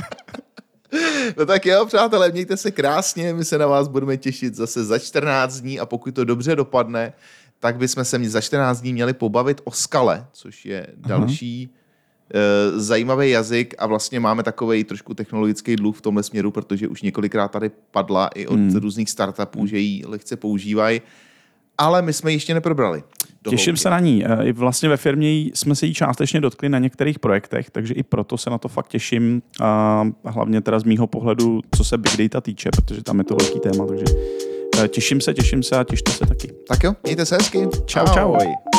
No tak jo, přátelé, mějte se krásně, my se na vás budeme těšit zase za čtrnáct dní a pokud to dobře dopadne, tak bychom se za čtrnáct dní měli pobavit o skale, což je další uh, zajímavý jazyk a vlastně máme takovej trošku technologický dluh v tomhle směru, protože už několikrát tady padla i od hmm. různých startupů, že ji lehce používají, ale my jsme ji ještě neprobrali. Těším se na ní. I vlastně ve firmě jsme se jí částečně dotkli na některých projektech, takže i proto se na to fakt těším. A hlavně teda z mýho pohledu, co se big data týče, protože tam je to velký téma. Takže těším se, těším se a těšte se taky. Tak jo, mějte se hezky. Čau, čau. Ahoj.